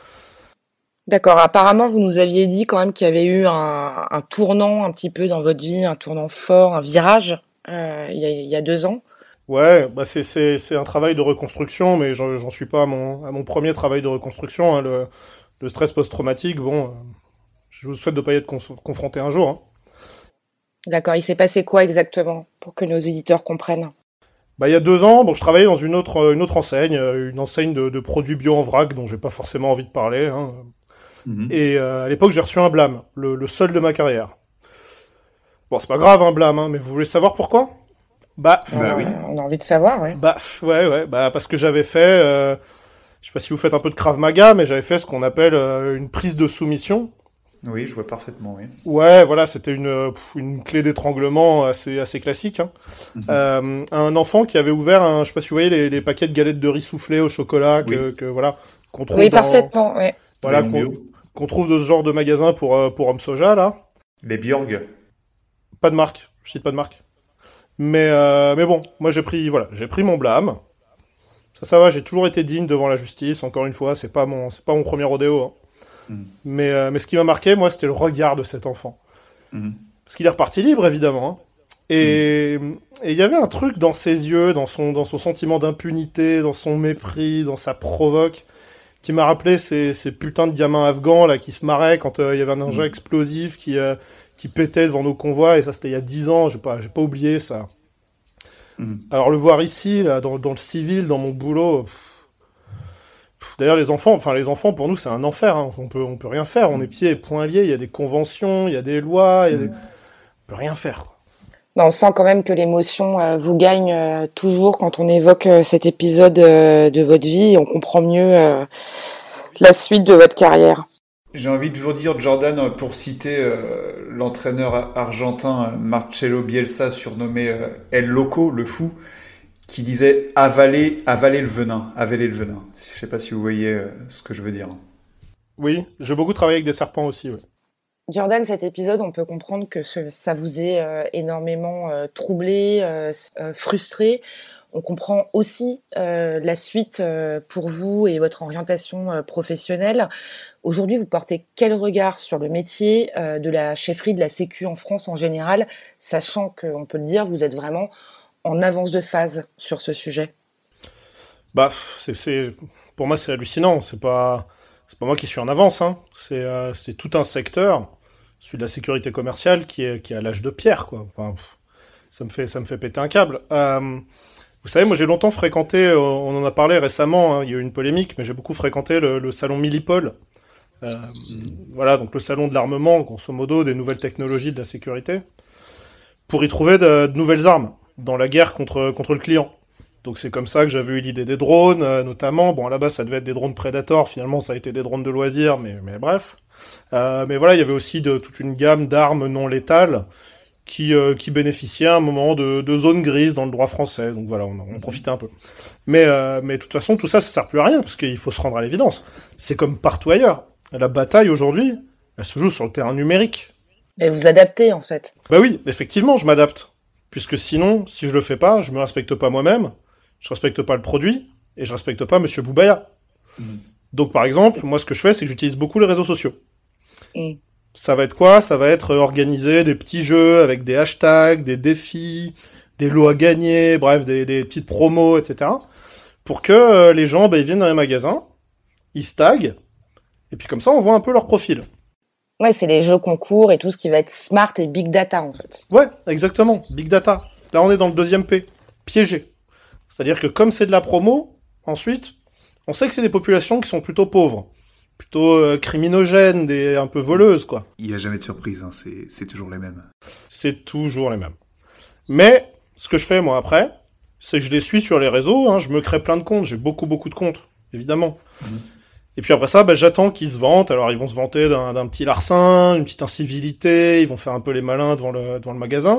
D'accord, apparemment, vous nous aviez dit quand même qu'il y avait eu un tournant un petit peu dans votre vie, un tournant fort, un virage, il y a 2 ans. Ouais, c'est un travail de reconstruction, mais j'en suis pas à mon premier travail de reconstruction. Le stress post-traumatique, je vous souhaite de pas y être confronté un jour. D'accord, il s'est passé quoi exactement, pour que nos éditeurs comprennent ? Il y a 2 ans, je travaillais dans une autre enseigne, une enseigne de produits bio en vrac, dont j'ai pas forcément envie de parler. Et à l'époque, j'ai reçu un blâme, le seul de ma carrière. Bon, c'est pas grave, hein, blâme, hein, mais vous voulez savoir pourquoi? Bah oui. On a envie de savoir, ouais. Ouais, parce que j'avais fait, je sais pas si vous faites un peu de Krav Maga, mais j'avais fait ce qu'on appelle une prise de soumission. Oui, je vois parfaitement, oui. Ouais, voilà, c'était une clé d'étranglement assez classique. Hein. Un enfant qui avait ouvert je sais pas si vous voyez les paquets de galettes de riz soufflées au chocolat voilà, qu'on trouve parfaitement, ouais. Voilà, qu'on trouve de ce genre de magasin pour Homme Soja, là. Les Bjorg. Pas de marque, je cite pas de marque. Mais bon, moi j'ai pris mon blâme. Ça va, j'ai toujours été digne devant la justice. Encore une fois, c'est pas mon premier rodéo. Hein. Mais ce qui m'a marqué, moi, c'était le regard de cet enfant. Parce qu'il est reparti libre, évidemment. Hein. Et il y avait un truc dans ses yeux, dans son sentiment d'impunité, dans son mépris, dans sa provoque, qui m'a rappelé ces putains de gamins afghans là qui se marraient quand il y avait un engin explosif qui pétait devant nos convois, et ça c'était il y a 10 ans, j'ai pas oublié ça. Alors le voir ici, là, dans le civil, dans mon boulot... D'ailleurs, les enfants pour nous, c'est un enfer. Hein. On peut rien faire. On est pieds et poings liés. Il y a des conventions, il y a des lois, on peut rien faire. Quoi. On sent quand même que l'émotion vous gagne toujours quand on évoque cet épisode de votre vie. Et on comprend mieux la suite de votre carrière. J'ai envie de vous dire, Jordan, pour citer l'entraîneur argentin Marcelo Bielsa, surnommé El Loco, le fou, qui disait avaler le venin. Je sais pas si vous voyez ce que je veux dire. Oui, j'ai beaucoup travaillé avec des serpents aussi. Ouais. Jordan, cet épisode, on peut comprendre que ça vous est énormément troublé, frustré. On comprend aussi la suite pour vous et votre orientation professionnelle. Aujourd'hui, vous portez quel regard sur le métier de la chefferie de la Sécu en France en général, sachant qu'on peut le dire, vous êtes vraiment en avance de phase sur ce sujet? Pour moi, c'est hallucinant. C'est pas moi qui suis en avance. Hein. C'est tout un secteur, celui de la sécurité commerciale, qui est à l'âge de pierre, quoi. Enfin, ça me fait péter un câble. Vous savez, moi, j'ai longtemps fréquenté, on en a parlé récemment, hein, il y a eu une polémique, mais j'ai beaucoup fréquenté le salon Millipol. Voilà, donc le salon de l'armement, grosso modo, des nouvelles technologies de la sécurité, pour y trouver de nouvelles armes dans la guerre contre le client. Donc c'est comme ça que j'avais eu l'idée des drones, notamment. Bon, là-bas, ça devait être des drones Predator. Finalement, ça a été des drones de loisirs, mais bref. Mais voilà, il y avait aussi toute une gamme d'armes non létales qui bénéficiaient à un moment de zones grises dans le droit français. Donc voilà, on profitait un peu. Mais de toute façon, tout ça sert plus à rien, parce qu'il faut se rendre à l'évidence. C'est comme partout ailleurs. La bataille, aujourd'hui, elle se joue sur le terrain numérique. Et vous adaptez, en fait. Bah oui, effectivement, je m'adapte. Puisque sinon, si je le fais pas, je me respecte pas moi-même, je respecte pas le produit, et je respecte pas Monsieur Boubaya. Donc par exemple, moi ce que je fais, c'est que j'utilise beaucoup les réseaux sociaux. Ça va être quoi? Ça va être organiser des petits jeux avec des hashtags, des défis, des lots à gagner, bref, des petites promos, etc. Pour que les gens ils viennent dans les magasins, ils se taguent, et puis comme ça on voit un peu leur profil. Ouais, c'est les jeux concours et tout ce qui va être smart et big data, en fait. Ouais, exactement, big data. Là, on est dans le deuxième P, piégé. C'est-à-dire que comme c'est de la promo, ensuite, on sait que c'est des populations qui sont plutôt pauvres, plutôt criminogènes, un peu voleuses, quoi. Il n'y a jamais de surprise, hein, c'est toujours les mêmes. C'est toujours les mêmes. Mais, ce que je fais, moi, après, c'est que je les suis sur les réseaux, hein, je me crée plein de comptes, j'ai beaucoup de comptes, évidemment. Et puis après ça, j'attends qu'ils se vantent. Alors ils vont se vanter d'un petit larcin, une petite incivilité, ils vont faire un peu les malins devant le magasin.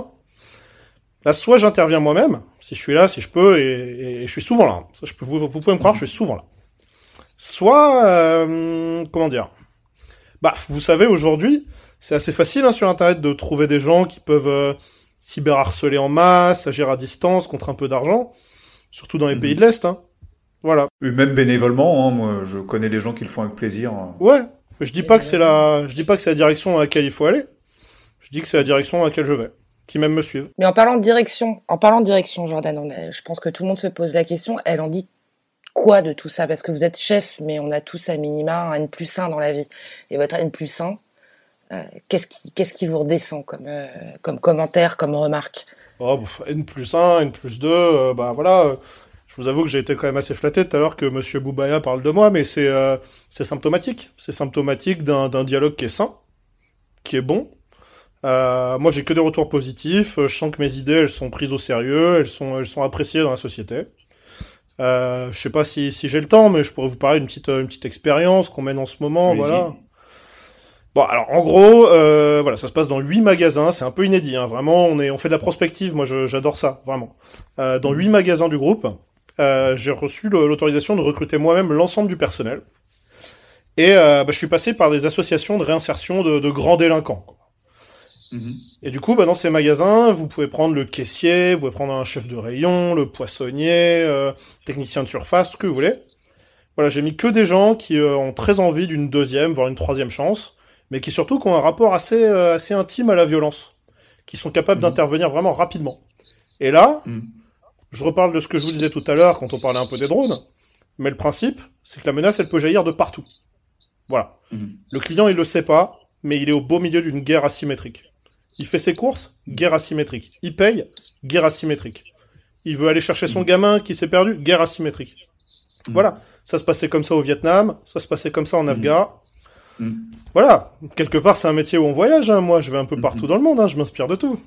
Là, soit j'interviens moi-même, si je suis là, si je peux, et je suis souvent là. Ça, vous pouvez me croire, je suis souvent là. Soit, comment dire? Vous savez, aujourd'hui, c'est assez facile hein, sur Internet de trouver des gens qui peuvent cyberharceler en masse, agir à distance contre un peu d'argent, surtout dans les pays de l'Est, hein. Voilà. Et même bénévolement, hein, moi, je connais des gens qui le font avec plaisir. Ouais, je dis pas que c'est la direction dans laquelle il faut aller. Je dis que c'est la direction dans laquelle je vais, qui même me suivent. Mais en parlant de direction, Jordan, je pense que tout le monde se pose la question. Elle en dit quoi de tout ça? Parce que vous êtes chef, mais on a tous à minima un N+1 dans la vie. Et votre N+1, qu'est-ce qui vous redescend comme commentaire, comme remarque? N+1, N+2, voilà. Je vous avoue que j'ai été quand même assez flatté tout à l'heure que Monsieur Boubaya parle de moi, mais c'est symptomatique. C'est symptomatique d'un dialogue qui est sain, qui est bon, Moi, j'ai que des retours positifs. Je sens que mes idées, elles sont prises au sérieux, elles sont appréciées dans la société. Je sais pas si j'ai le temps, mais je pourrais vous parler d'une petite expérience qu'on mène en ce moment, Allez-y. voilà. Bon, alors en gros, voilà, ça se passe dans 8 magasins, c'est un peu inédit, hein, vraiment, on fait de la prospective, moi j'adore ça, vraiment. Dans 8 magasins du groupe, j'ai reçu l'autorisation de recruter moi-même l'ensemble du personnel. Et je suis passé par des associations de réinsertion de grands délinquants, quoi. Et du coup, dans ces magasins, vous pouvez prendre le caissier, vous pouvez prendre un chef de rayon, le poissonnier, technicien de surface, ce que vous voulez. Voilà, j'ai mis que des gens qui ont très envie d'une deuxième, voire une troisième chance, mais qui surtout ont un rapport assez intime à la violence, qui sont capables d'intervenir vraiment rapidement. Et là, je reparle de ce que je vous disais tout à l'heure quand on parlait un peu des drones, mais le principe, c'est que la menace, elle peut jaillir de partout. Voilà. Le client, il le sait pas, mais il est au beau milieu d'une guerre asymétrique. Il fait ses courses, guerre asymétrique. Il paye, guerre asymétrique. Il veut aller chercher son gamin qui s'est perdu, guerre asymétrique. Voilà. Ça se passait comme ça au Vietnam, ça se passait comme ça en Afghan. Voilà. Quelque part, c'est un métier où on voyage, hein. Moi, je vais un peu partout dans le monde, hein. Je m'inspire de tout.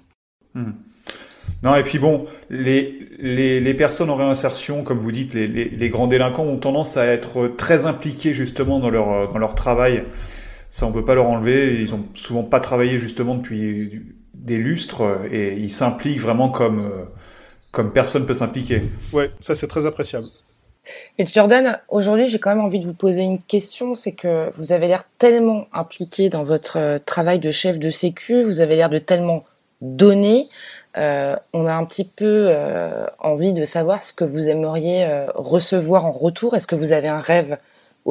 Non, et puis bon, les personnes en réinsertion, comme vous dites, les grands délinquants ont tendance à être très impliqués justement dans leur travail. Ça, on peut pas leur enlever. Ils ont souvent pas travaillé justement depuis des lustres et ils s'impliquent vraiment comme personne peut s'impliquer. Ouais, ça c'est très appréciable. Mais Jordan, aujourd'hui, j'ai quand même envie de vous poser une question. C'est que vous avez l'air tellement impliqué dans votre travail de chef de sécu, vous avez l'air de tellement donner. On a un petit peu envie de savoir ce que vous aimeriez recevoir en retour. Est-ce que vous avez un rêve aujourd'hui ?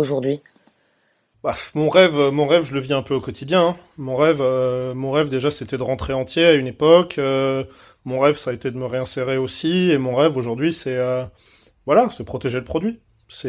Mon rêve, je le vis un peu au quotidien, hein. Mon rêve déjà, c'était de rentrer entier à une époque. Mon rêve, ça a été de me réinsérer aussi. Et mon rêve aujourd'hui, c'est protéger le produit.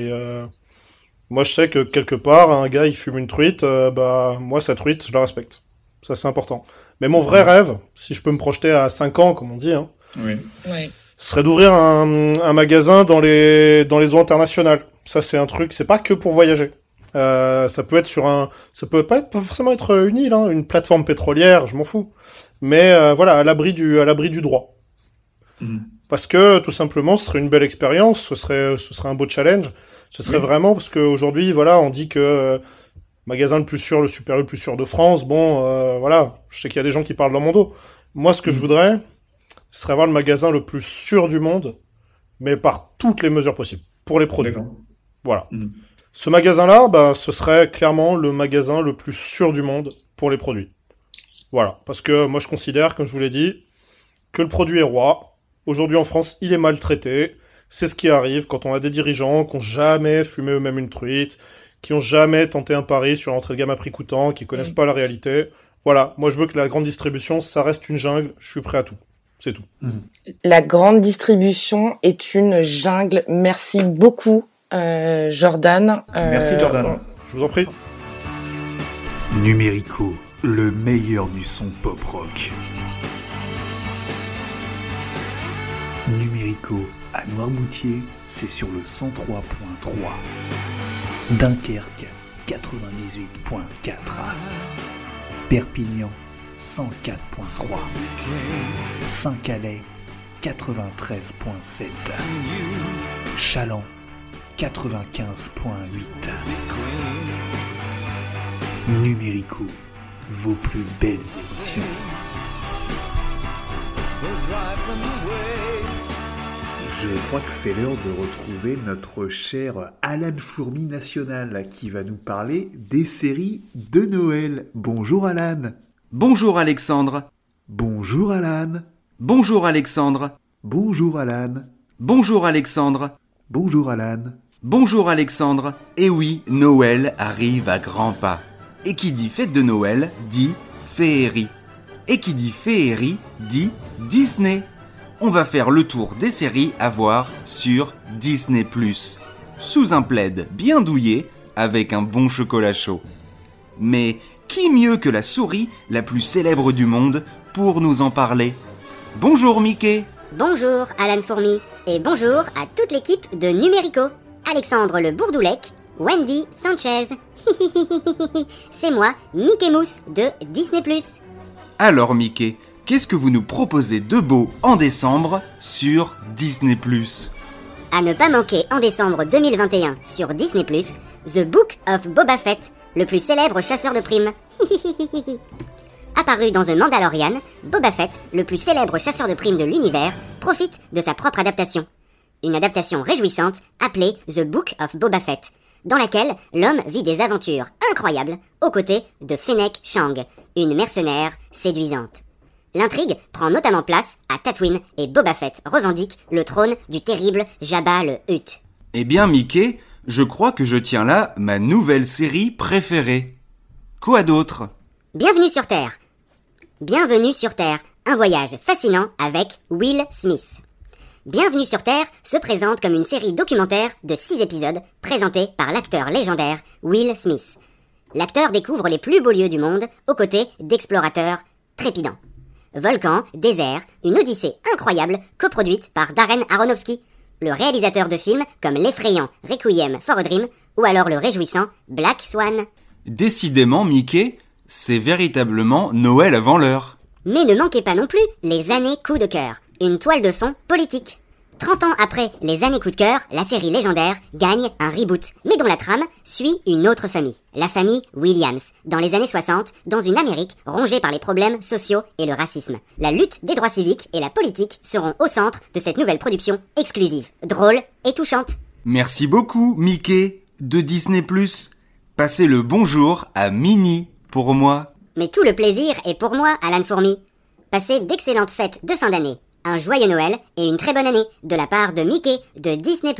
Moi, je sais que quelque part, un gars, il fume une truite. Moi, sa truite, je la respecte. Ça, c'est important. Mais mon vrai rêve, si je peux me projeter à 5 ans, comme on dit, hein, serait d'ouvrir un magasin dans les eaux internationales. Ça, c'est un truc. C'est pas que pour voyager. Ça peut pas forcément être une île, hein, une plateforme pétrolière, je m'en fous. Mais à l'abri du droit. Parce que tout simplement, ce serait une belle expérience, ce serait un beau challenge. Ce serait vraiment parce qu'aujourd'hui, on dit que magasin le plus sûr, le supérieur le plus sûr de France. Je sais qu'il y a des gens qui parlent dans mon dos. Moi, ce que je voudrais, ce serait avoir le magasin le plus sûr du monde, mais par toutes les mesures possibles pour les produits. D'accord. Voilà. Ce magasin-là, ce serait clairement le magasin le plus sûr du monde pour les produits. Voilà. Parce que moi, je considère, comme je vous l'ai dit, que le produit est roi. Aujourd'hui, en France, il est maltraité. C'est ce qui arrive quand on a des dirigeants qui n'ont jamais fumé eux-mêmes une truite, qui n'ont jamais tenté un pari sur l'entrée de gamme à prix coûtant, qui connaissent pas la réalité. Voilà. Moi, je veux que la grande distribution, ça reste une jungle. Je suis prêt à tout. C'est tout. La grande distribution est une jungle. Merci beaucoup. Jordan. Merci Jordan. Je vous en prie. Numérico, le meilleur du son pop rock. Numérico à Noirmoutier, c'est sur le 103.3. Dunkerque 98.4. Perpignan 104.3. Saint-Calais 93.7. Châlons 95.8. Numérico, vos plus belles émotions. Je crois que c'est l'heure de retrouver notre cher Alan Fourmi National qui va nous parler des séries de Noël. Bonjour Alan. Bonjour Alexandre. Bonjour Alan. Bonjour Alexandre. Bonjour Alan. Bonjour Alexandre. Bonjour Alan. Bonjour Alexandre. Et oui, Noël arrive à grands pas. Et qui dit fête de Noël dit féerie. Et qui dit féerie dit Disney. On va faire le tour des séries à voir sur Disney+, sous un plaid bien douillet avec un bon chocolat chaud. Mais qui mieux que la souris la plus célèbre du monde pour nous en parler ? Bonjour Mickey. Bonjour Alan Fourmi et bonjour à toute l'équipe de Numérico. Alexandre le Bourdoulec, Wendy Sanchez. C'est moi, Mickey Mouse de Disney+. Alors Mickey, qu'est-ce que vous nous proposez de beau en décembre sur Disney+? À ne pas manquer en décembre 2021 sur Disney+, The Book of Boba Fett, le plus célèbre chasseur de primes. Apparu dans The Mandalorian, Boba Fett, le plus célèbre chasseur de primes de l'univers, profite de sa propre adaptation. Une adaptation réjouissante appelée The Book of Boba Fett, dans laquelle l'homme vit des aventures incroyables aux côtés de Fennec Shand, une mercenaire séduisante. L'intrigue prend notamment place à Tatooine et Boba Fett revendique le trône du terrible Jabba le Hutt. Eh bien Mickey, je crois que je tiens là ma nouvelle série préférée. Quoi d'autre ? Bienvenue sur Terre. Bienvenue sur Terre, un voyage fascinant avec Will Smith. Bienvenue sur Terre se présente comme une série documentaire de 6 épisodes présentée par l'acteur légendaire Will Smith. L'acteur découvre les plus beaux lieux du monde aux côtés d'explorateurs trépidants. Volcans, déserts, une odyssée incroyable coproduite par Darren Aronofsky, le réalisateur de films comme l'effrayant Requiem for a Dream ou alors le réjouissant Black Swan. Décidément Mickey, c'est véritablement Noël avant l'heure. Mais ne manquez pas non plus les années coup de cœur, une toile de fond politique. 30 ans après les années coup de cœur, la série légendaire gagne un reboot, mais dont la trame suit une autre famille, la famille Williams, dans les années 60, dans une Amérique rongée par les problèmes sociaux et le racisme. La lutte des droits civiques et la politique seront au centre de cette nouvelle production exclusive, drôle et touchante. Merci beaucoup Mickey de Disney+. Passez le bonjour à Minnie pour moi. Mais tout le plaisir est pour moi, Alan Fourmi. Passez d'excellentes fêtes de fin d'année, un joyeux Noël et une très bonne année de la part de Mickey de Disney+.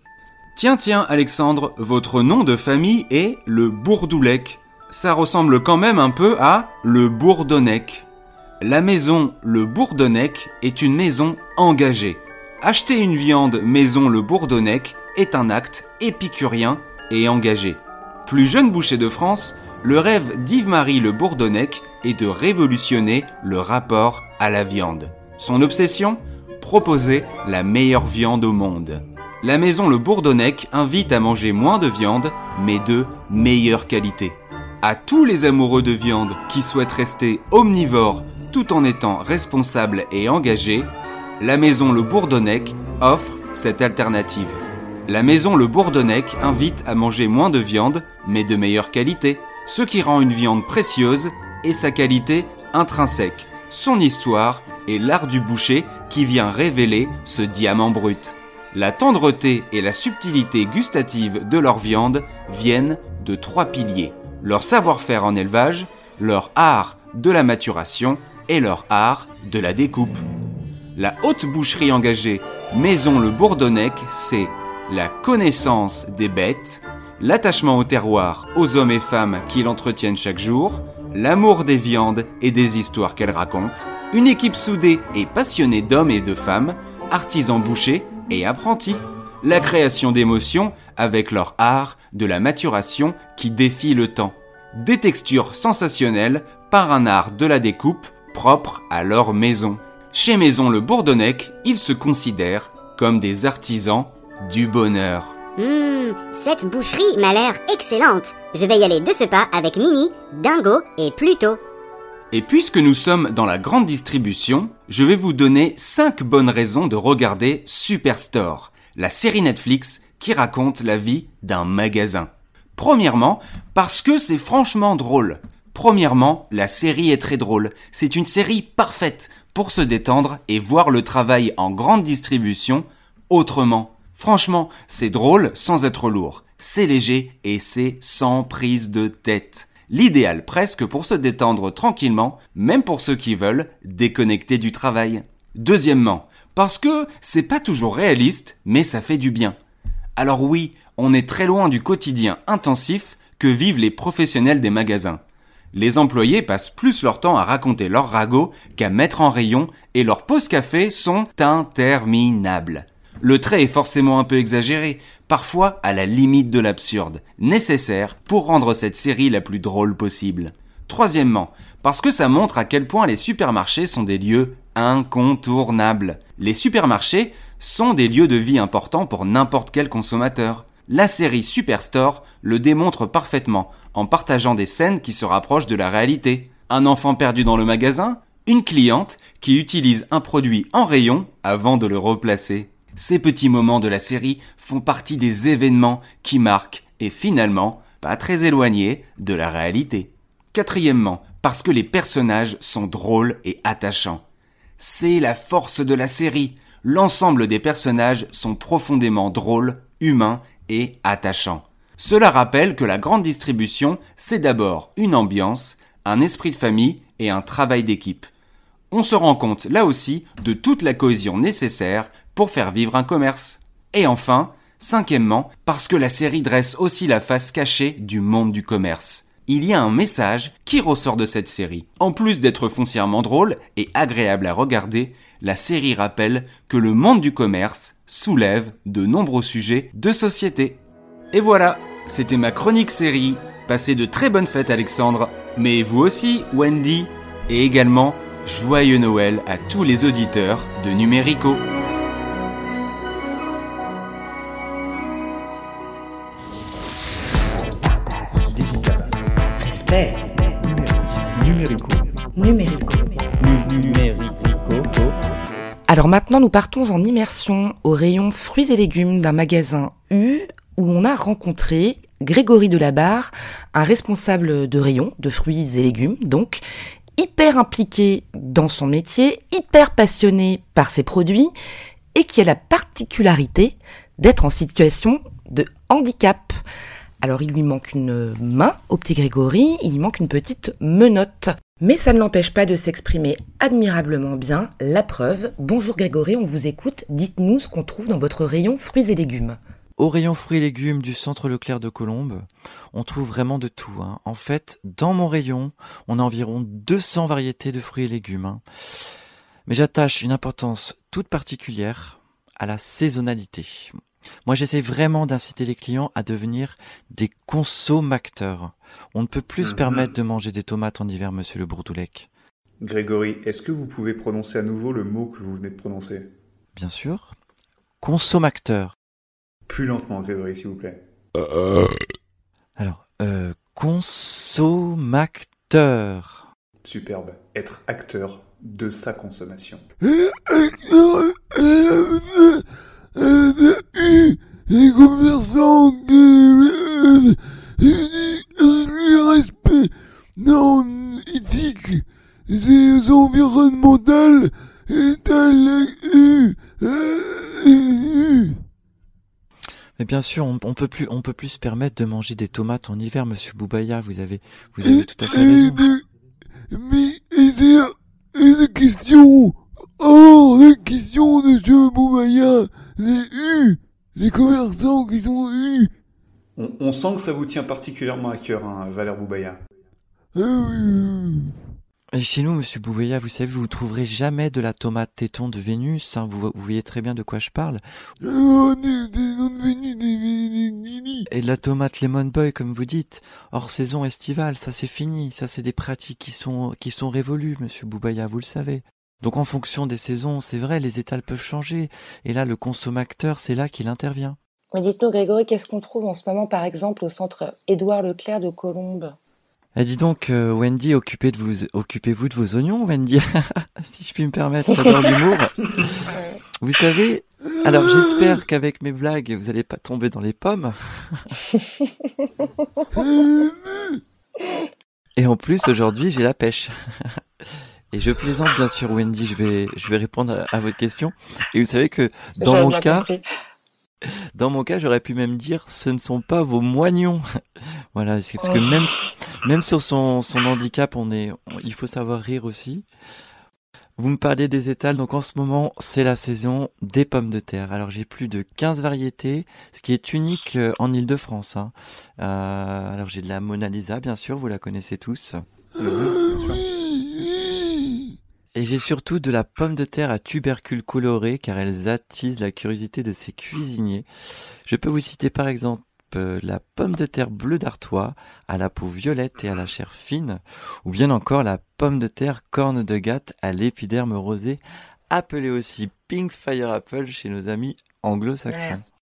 Tiens Alexandre, votre nom de famille est le Bourdoulec. Ça ressemble quand même un peu à le Bourdonnec. La maison Le Bourdonnec est une maison engagée. Acheter une viande maison Le Bourdonnec est un acte épicurien et engagé. Plus jeune boucher de France, le rêve d'Yves-Marie Le Bourdonnec est de révolutionner le rapport à la viande. Son obsession ? Proposer la meilleure viande au monde. La maison Le Bourdonnec invite à manger moins de viande, mais de meilleure qualité. À tous les amoureux de viande qui souhaitent rester omnivores tout en étant responsables et engagés, la maison Le Bourdonnec offre cette alternative. La maison Le Bourdonnec invite à manger moins de viande, mais de meilleure qualité, ce qui rend une viande précieuse et sa qualité intrinsèque, son histoire et l'art du boucher qui vient révéler ce diamant brut. La tendreté et la subtilité gustative de leur viande viennent de 3 piliers. Leur savoir-faire en élevage, leur art de la maturation et leur art de la découpe. La haute boucherie engagée Maison Le Bourdonnec, c'est la connaissance des bêtes, l'attachement au terroir, aux hommes et femmes qui l'entretiennent chaque jour, l'amour des viandes et des histoires qu'elles racontent, une équipe soudée et passionnée d'hommes et de femmes, artisans bouchers et apprentis, la création d'émotions avec leur art de la maturation qui défie le temps, des textures sensationnelles par un art de la découpe propre à leur maison. Chez Maison Le Bourdonnec, ils se considèrent comme des artisans du bonheur. Cette boucherie m'a l'air excellente. Je vais y aller de ce pas avec Minnie, Dingo et Pluto. Et puisque nous sommes dans la grande distribution, je vais vous donner 5 bonnes raisons de regarder Superstore, la série Netflix qui raconte la vie d'un magasin. Premièrement, parce que c'est franchement drôle. Premièrement, la série est très drôle. C'est une série parfaite pour se détendre et voir le travail en grande distribution autrement. Franchement, c'est drôle sans être lourd. C'est léger et c'est sans prise de tête. L'idéal presque pour se détendre tranquillement, même pour ceux qui veulent déconnecter du travail. Deuxièmement, parce que c'est pas toujours réaliste, mais ça fait du bien. Alors oui, on est très loin du quotidien intensif que vivent les professionnels des magasins. Les employés passent plus leur temps à raconter leur ragot qu'à mettre en rayon et leurs pauses café sont interminables. Le trait est forcément un peu exagéré, parfois à la limite de l'absurde, nécessaire pour rendre cette série la plus drôle possible. Troisièmement, parce que ça montre à quel point les supermarchés sont des lieux incontournables. Les supermarchés sont des lieux de vie importants pour n'importe quel consommateur. La série Superstore le démontre parfaitement en partageant des scènes qui se rapprochent de la réalité. un enfant perdu dans le magasin, une cliente qui utilise un produit en rayon avant de le replacer. Ces petits moments de la série font partie des événements qui marquent et finalement pas très éloignés de la réalité. Quatrièmement, parce que les personnages sont drôles et attachants. C'est la force de la série. L'ensemble des personnages sont profondément drôles, humains et attachants. Cela rappelle que la grande distribution, c'est d'abord une ambiance, un esprit de famille et un travail d'équipe. On se rend compte, là aussi, de toute la cohésion nécessaire pour faire vivre un commerce. Et enfin, cinquièmement, parce que la série dresse aussi la face cachée du monde du commerce. Il y a un message qui ressort de cette série. En plus d'être foncièrement drôle et agréable à regarder, la série rappelle que le monde du commerce soulève de nombreux sujets de société. Et voilà, c'était ma chronique série. Passez de très bonnes fêtes Alexandre, mais vous aussi Wendy, et également joyeux Noël à tous les auditeurs de Numérico. Respect. Numérico. Alors maintenant, nous partons en immersion au rayon fruits et légumes d'un magasin U où on a rencontré Grégory Delabarre, un responsable de rayon de fruits et légumes, donc hyper impliqué dans son métier, hyper passionné par ses produits et qui a la particularité d'être en situation de handicap. Alors il lui manque une main au petit Grégory, il lui manque une petite menotte. Mais ça ne l'empêche pas de s'exprimer admirablement bien, la preuve. Bonjour Grégory, on vous écoute, dites-nous ce qu'on trouve dans votre rayon fruits et légumes. Au rayon fruits et légumes du centre Leclerc de Colombes, on trouve vraiment de tout. En fait, dans mon rayon, on a environ 200 variétés de fruits et légumes. Mais j'attache une importance toute particulière à la saisonnalité. Moi, j'essaie vraiment d'inciter les clients à devenir des consommateurs. On ne peut plus se permettre de manger des tomates en hiver, monsieur le Bourdoulec. Grégory, est-ce que vous pouvez prononcer à nouveau le mot que vous venez de prononcer ? Bien sûr. Consommateur. Plus lentement, Grégory, s'il vous plaît. Alors, consommateur. Superbe. Être acteur de sa consommation. Les commerçants respect non éthique et environnemental Mais bien sûr, on peut plus se permettre de manger des tomates en hiver, monsieur Boubaya, vous avez tout à fait raison. Mais la question de monsieur Boubaya, les commerçants qui sont On sent que ça vous tient particulièrement à cœur, Valère Boubaya. Et chez nous, monsieur Boubaya, vous savez, vous trouverez jamais de la tomate téton de Vénus, vous voyez très bien de quoi je parle. Et de la tomate Lemon Boy, comme vous dites, hors saison estivale, ça c'est fini, ça c'est des pratiques qui sont révolues, monsieur Boubaya, vous le savez. Donc en fonction des saisons, c'est vrai, les étals peuvent changer, et là, le consommateur, c'est là qu'il intervient. Mais dites-nous, Grégory, qu'est-ce qu'on trouve en ce moment, par exemple, au centre Édouard Leclerc de Colombes ? Dis donc, Wendy, occupez-vous de vos oignons, Wendy, si je puis me permettre, j'adore l'humour. Vous savez, alors j'espère qu'avec mes blagues, vous n'allez pas tomber dans les pommes. Et en plus, aujourd'hui, j'ai la pêche. Et je plaisante, bien sûr, Wendy, je vais répondre à votre question. Et vous savez que dans mon cas, j'aurais pu même dire, ce ne sont pas vos moignons. Voilà, parce que même sur son handicap, il faut savoir rire aussi. Vous me parlez des étals, donc en ce moment, c'est la saison des pommes de terre. Alors j'ai plus de 15 variétés, ce qui est unique en Île-de-France. Alors j'ai de la Mona Lisa, bien sûr, vous la connaissez tous. Et j'ai surtout de la pomme de terre à tubercules colorés, car elles attisent la curiosité de ces cuisiniers. Je peux vous citer par exemple la pomme de terre bleu d'Artois, à la peau violette et à la chair fine, ou bien encore la pomme de terre corne de gatte à l'épiderme rosé, appelée aussi Pink Fire Apple chez nos amis anglo-saxons.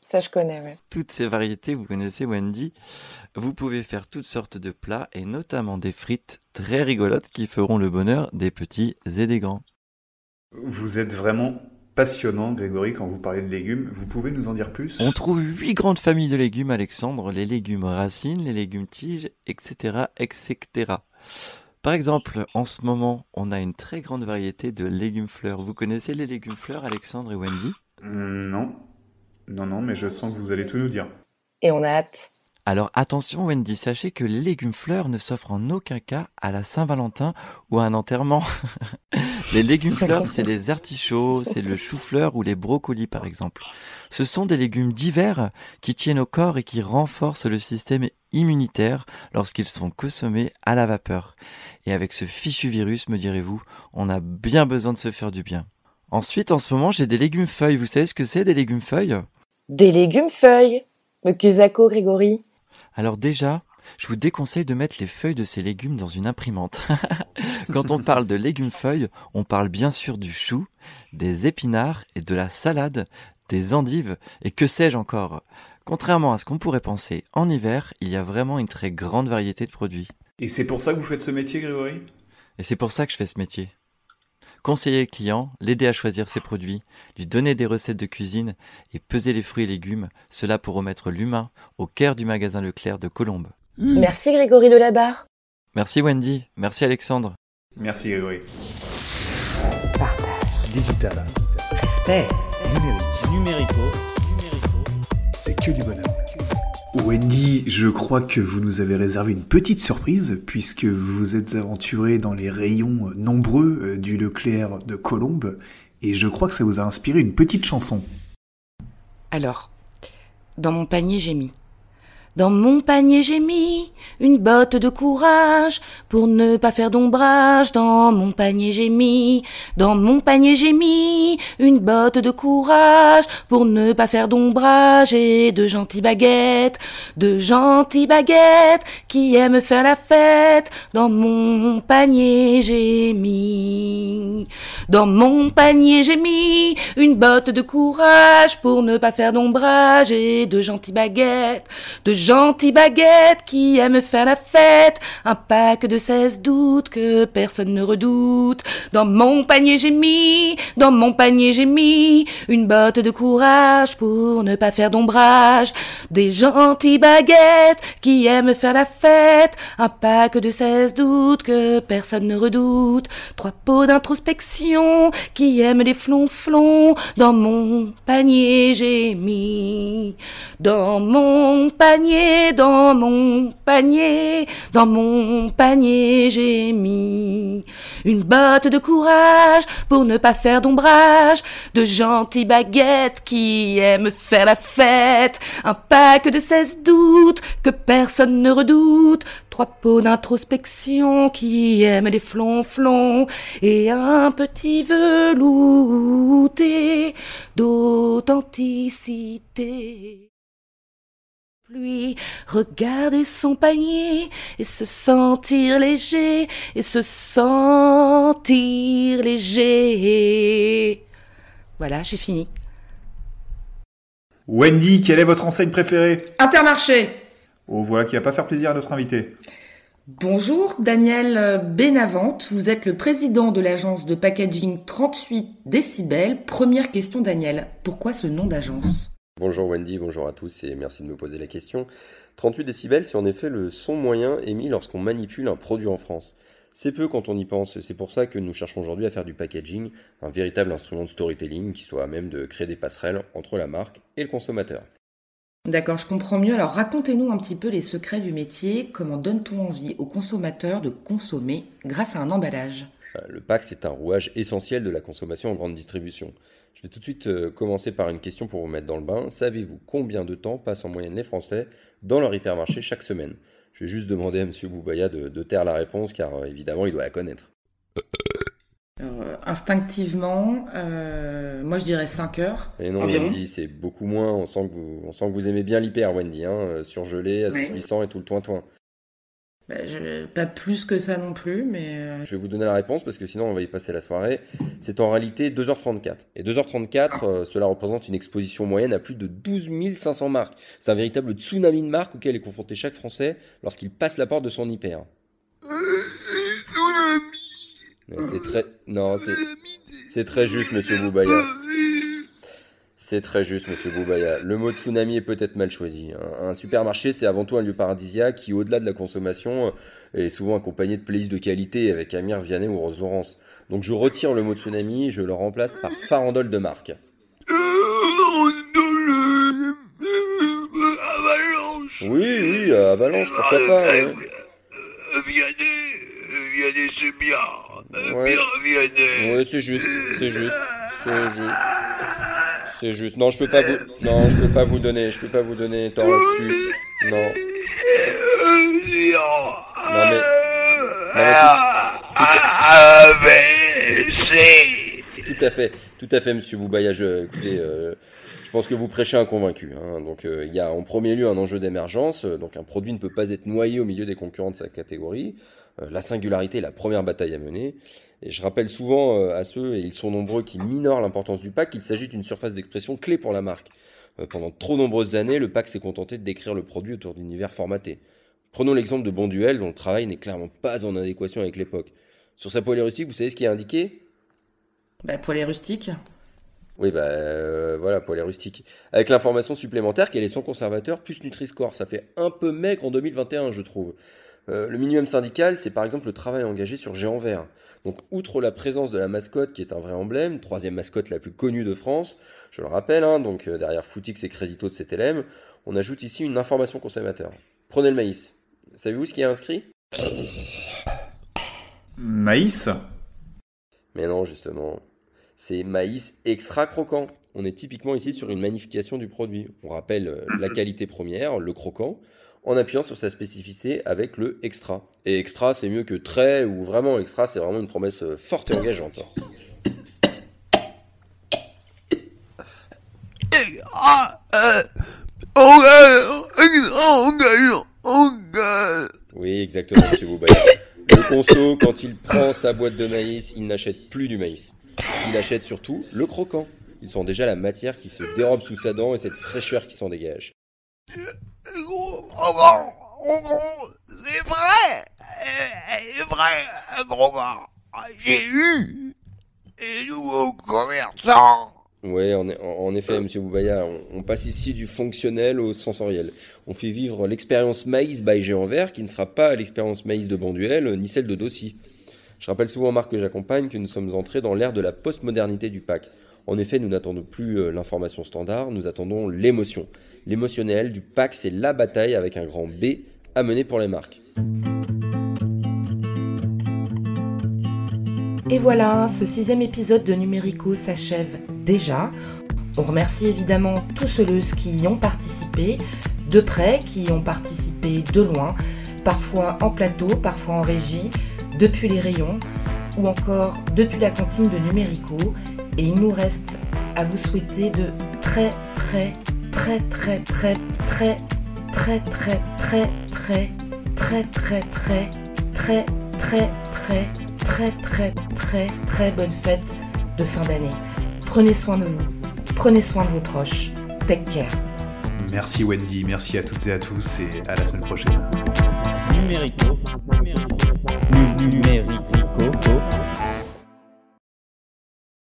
Ça, je connais, ouais. Toutes ces variétés, vous connaissez Wendy. Vous pouvez faire toutes sortes de plats et notamment des frites très rigolotes qui feront le bonheur des petits et des grands. Vous êtes vraiment passionnant, Grégory, quand vous parlez de légumes. Vous pouvez nous en dire plus ? On trouve 8 grandes familles de légumes, Alexandre. Les légumes racines, les légumes tiges, etc., etc. Par exemple, en ce moment, on a une très grande variété de légumes fleurs. Vous connaissez les légumes fleurs, Alexandre et Wendy ? Non. Non, mais je sens que vous allez tout nous dire. Et on a hâte. Alors attention Wendy, sachez que les légumes fleurs ne s'offrent en aucun cas à la Saint-Valentin ou à un enterrement. Les légumes fleurs, c'est les artichauts, c'est le chou-fleur ou les brocolis par exemple. Ce sont des légumes d'hiver qui tiennent au corps et qui renforcent le système immunitaire lorsqu'ils sont consommés à la vapeur. Et avec ce fichu virus, me direz-vous, on a bien besoin de se faire du bien. Ensuite, en ce moment, j'ai des légumes feuilles. Vous savez ce que c'est des légumes feuilles ? Des légumes feuilles. Mais qu'est-ce Grégory ? Alors déjà, je vous déconseille de mettre les feuilles de ces légumes dans une imprimante. Quand on parle de légumes feuilles, on parle bien sûr du chou, des épinards et de la salade, des endives et que sais-je encore. Contrairement à ce qu'on pourrait penser, en hiver, il y a vraiment une très grande variété de produits. Et c'est pour ça que vous faites ce métier, Grégory ? Et c'est pour ça que je fais ce métier. Conseiller le client, l'aider à choisir ses produits, lui donner des recettes de cuisine et peser les fruits et légumes, cela pour remettre l'humain au cœur du magasin Leclerc de Colombes. Merci Grégory Delabarre. Merci Wendy, merci Alexandre. Merci Grégory. Partage. Digital. Respect. Numérique. C'est que du bonheur. Wendy, je crois que vous nous avez réservé une petite surprise puisque vous vous êtes aventuré dans les rayons nombreux du Leclerc de Colombes et je crois que ça vous a inspiré une petite chanson. Alors, dans mon panier j'ai mis. Dans mon panier j'ai mis une botte de courage pour ne pas faire d'ombrage. Dans mon panier j'ai mis une botte de courage pour ne pas faire d'ombrage et de gentilles baguettes qui aiment faire la fête. Dans mon panier j'ai mis, dans mon panier j'ai mis une botte de courage pour ne pas faire d'ombrage et de gentilles baguettes qui aiment faire la fête, un pack de 16 doutes que personne ne redoute. Dans mon panier j'ai mis une botte de courage pour ne pas faire d'ombrage, des gentilles baguettes qui aiment faire la fête, un pack de 16 doutes que personne ne redoute, 3 pots d'introspection qui aiment les flonflons. Dans mon panier j'ai mis, dans mon panier j'ai mis une botte de courage pour ne pas faire d'ombrage, de gentilles baguettes qui aiment faire la fête, un pack de 16 doutes que personne ne redoute, 3 pots d'introspection qui aiment les flonflons et un petit velouté d'authenticité. Lui, regarder son panier et se sentir léger, Voilà, j'ai fini. Wendy, quelle est votre enseigne préférée ? Intermarché. Oh, voilà qui va pas faire plaisir à notre invité. Bonjour, Daniel Benavente, vous êtes le président de l'agence de packaging 38 décibels. Première question, Daniel, pourquoi ce nom d'agence ? Bonjour Wendy, bonjour à tous et merci de me poser la question. 38 décibels, c'est en effet le son moyen émis lorsqu'on manipule un produit en France. C'est peu quand on y pense et c'est pour ça que nous cherchons aujourd'hui à faire du packaging un véritable instrument de storytelling qui soit à même de créer des passerelles entre la marque et le consommateur. D'accord, je comprends mieux. Alors racontez-nous un petit peu les secrets du métier. Comment donne-t-on envie aux consommateurs de consommer grâce à un emballage ? Le pack, c'est un rouage essentiel de la consommation en grande distribution. Je vais tout de suite commencer par une question pour vous mettre dans le bain. Savez-vous combien de temps passent en moyenne les Français dans leur hypermarché chaque semaine ? Je vais juste demander à M. Boubaya de taire la réponse car évidemment il doit la connaître. Instinctivement, moi je dirais 5 heures. Et non Wendy, c'est beaucoup moins. On sent que vous aimez bien l'hyper Wendy, surgelé, assouplissant et tout le toin-toin. Pas plus que ça non plus, mais... Je vais vous donner la réponse parce que sinon on va y passer la soirée. C'est en réalité 2h34. Et 2h34, cela représente une exposition moyenne à plus de 12 500 marques. C'est un véritable tsunami de marques auquel est confronté chaque Français lorsqu'il passe la porte de son hyper. C'est très juste, monsieur Boubaya. C'est très juste, monsieur Boubaya. Le mot tsunami est peut-être mal choisi. Un supermarché, c'est avant tout un lieu paradisiaque qui, au-delà de la consommation, est souvent accompagné de playlists de qualité avec Amir, Vianney ou Rose Laurence. Donc je retire le mot tsunami et je le remplace par farandole de marque. Oui, Avalanche, pourquoi pas. Vianney, c'est bien. Ouais. Bien, Vianney. Ouais, c'est juste. C'est juste. Non, je peux pas vous donner tort là-dessus. Non. Tout à fait, monsieur Boubaya. Écoutez, je pense que vous prêchez un convaincu. Donc, il y a en premier lieu un enjeu d'émergence. Donc, un produit ne peut pas être noyé au milieu des concurrents de sa catégorie. La singularité est la première bataille à mener. Et je rappelle souvent à ceux, et ils sont nombreux, qui minorent l'importance du pack, qu'il s'agit d'une surface d'expression clé pour la marque. Pendant trop nombreuses années, le pack s'est contenté de décrire le produit autour d'univers formatés. Prenons l'exemple de Bonduelle, dont le travail n'est clairement pas en adéquation avec l'époque. Sur sa poêlée rustique, vous savez ce qui est indiqué ? Poêlée rustique. Oui, voilà, poêlée rustique. Avec l'information supplémentaire qu'elle est sans conservateur plus Nutri-Score. Ça fait un peu maigre en 2021, je trouve. Le minimum syndical, c'est par exemple le travail engagé sur Géant Vert. Donc, outre la présence de la mascotte qui est un vrai emblème, troisième mascotte la plus connue de France, je le rappelle, donc derrière Footix et Crédito de CTLM, on ajoute ici une information consommateur. Prenez le maïs. Savez-vous ce qui est inscrit ? Maïs ? Mais non, justement. C'est maïs extra croquant. On est typiquement ici sur une magnification du produit. On rappelle la qualité première, le croquant, en appuyant sur sa spécificité avec le extra. Et extra, c'est mieux que très ou vraiment extra, c'est vraiment une promesse forte et engageante. Oui, exactement, monsieur Boubaya. Le conso, quand il prend sa boîte de maïs, il n'achète plus du maïs. Il achète surtout le croquant. Il sent déjà la matière qui se dérobe sous sa dent et cette fraîcheur qui s'en dégage. C'est vrai, gros gars. J'ai eu un nouveau commerçant. Ouais, en effet, monsieur Boubaya, on passe ici du fonctionnel au sensoriel. On fait vivre l'expérience maïs by Géant Vert, qui ne sera pas l'expérience maïs de Bonduelle, ni celle de Dossi. Je rappelle souvent aux marques que j'accompagne que nous sommes entrés dans l'ère de la postmodernité du pack. En effet, nous n'attendons plus l'information standard, nous attendons l'émotion. L'émotionnel du pack, c'est la bataille avec un grand B à mener pour les marques. Et voilà, ce 6e épisode de Numérico s'achève déjà. On remercie évidemment tous ceux qui y ont participé, de près, qui y ont participé de loin, parfois en plateau, parfois en régie, depuis les rayons, ou encore depuis la cantine de Numérico. Et il nous reste à vous souhaiter de très bonne fête de fin d'année. Prenez soin de vous, prenez soin de vos proches. Take care. Merci Wendy, merci à toutes et à tous et à la semaine prochaine. Numérico.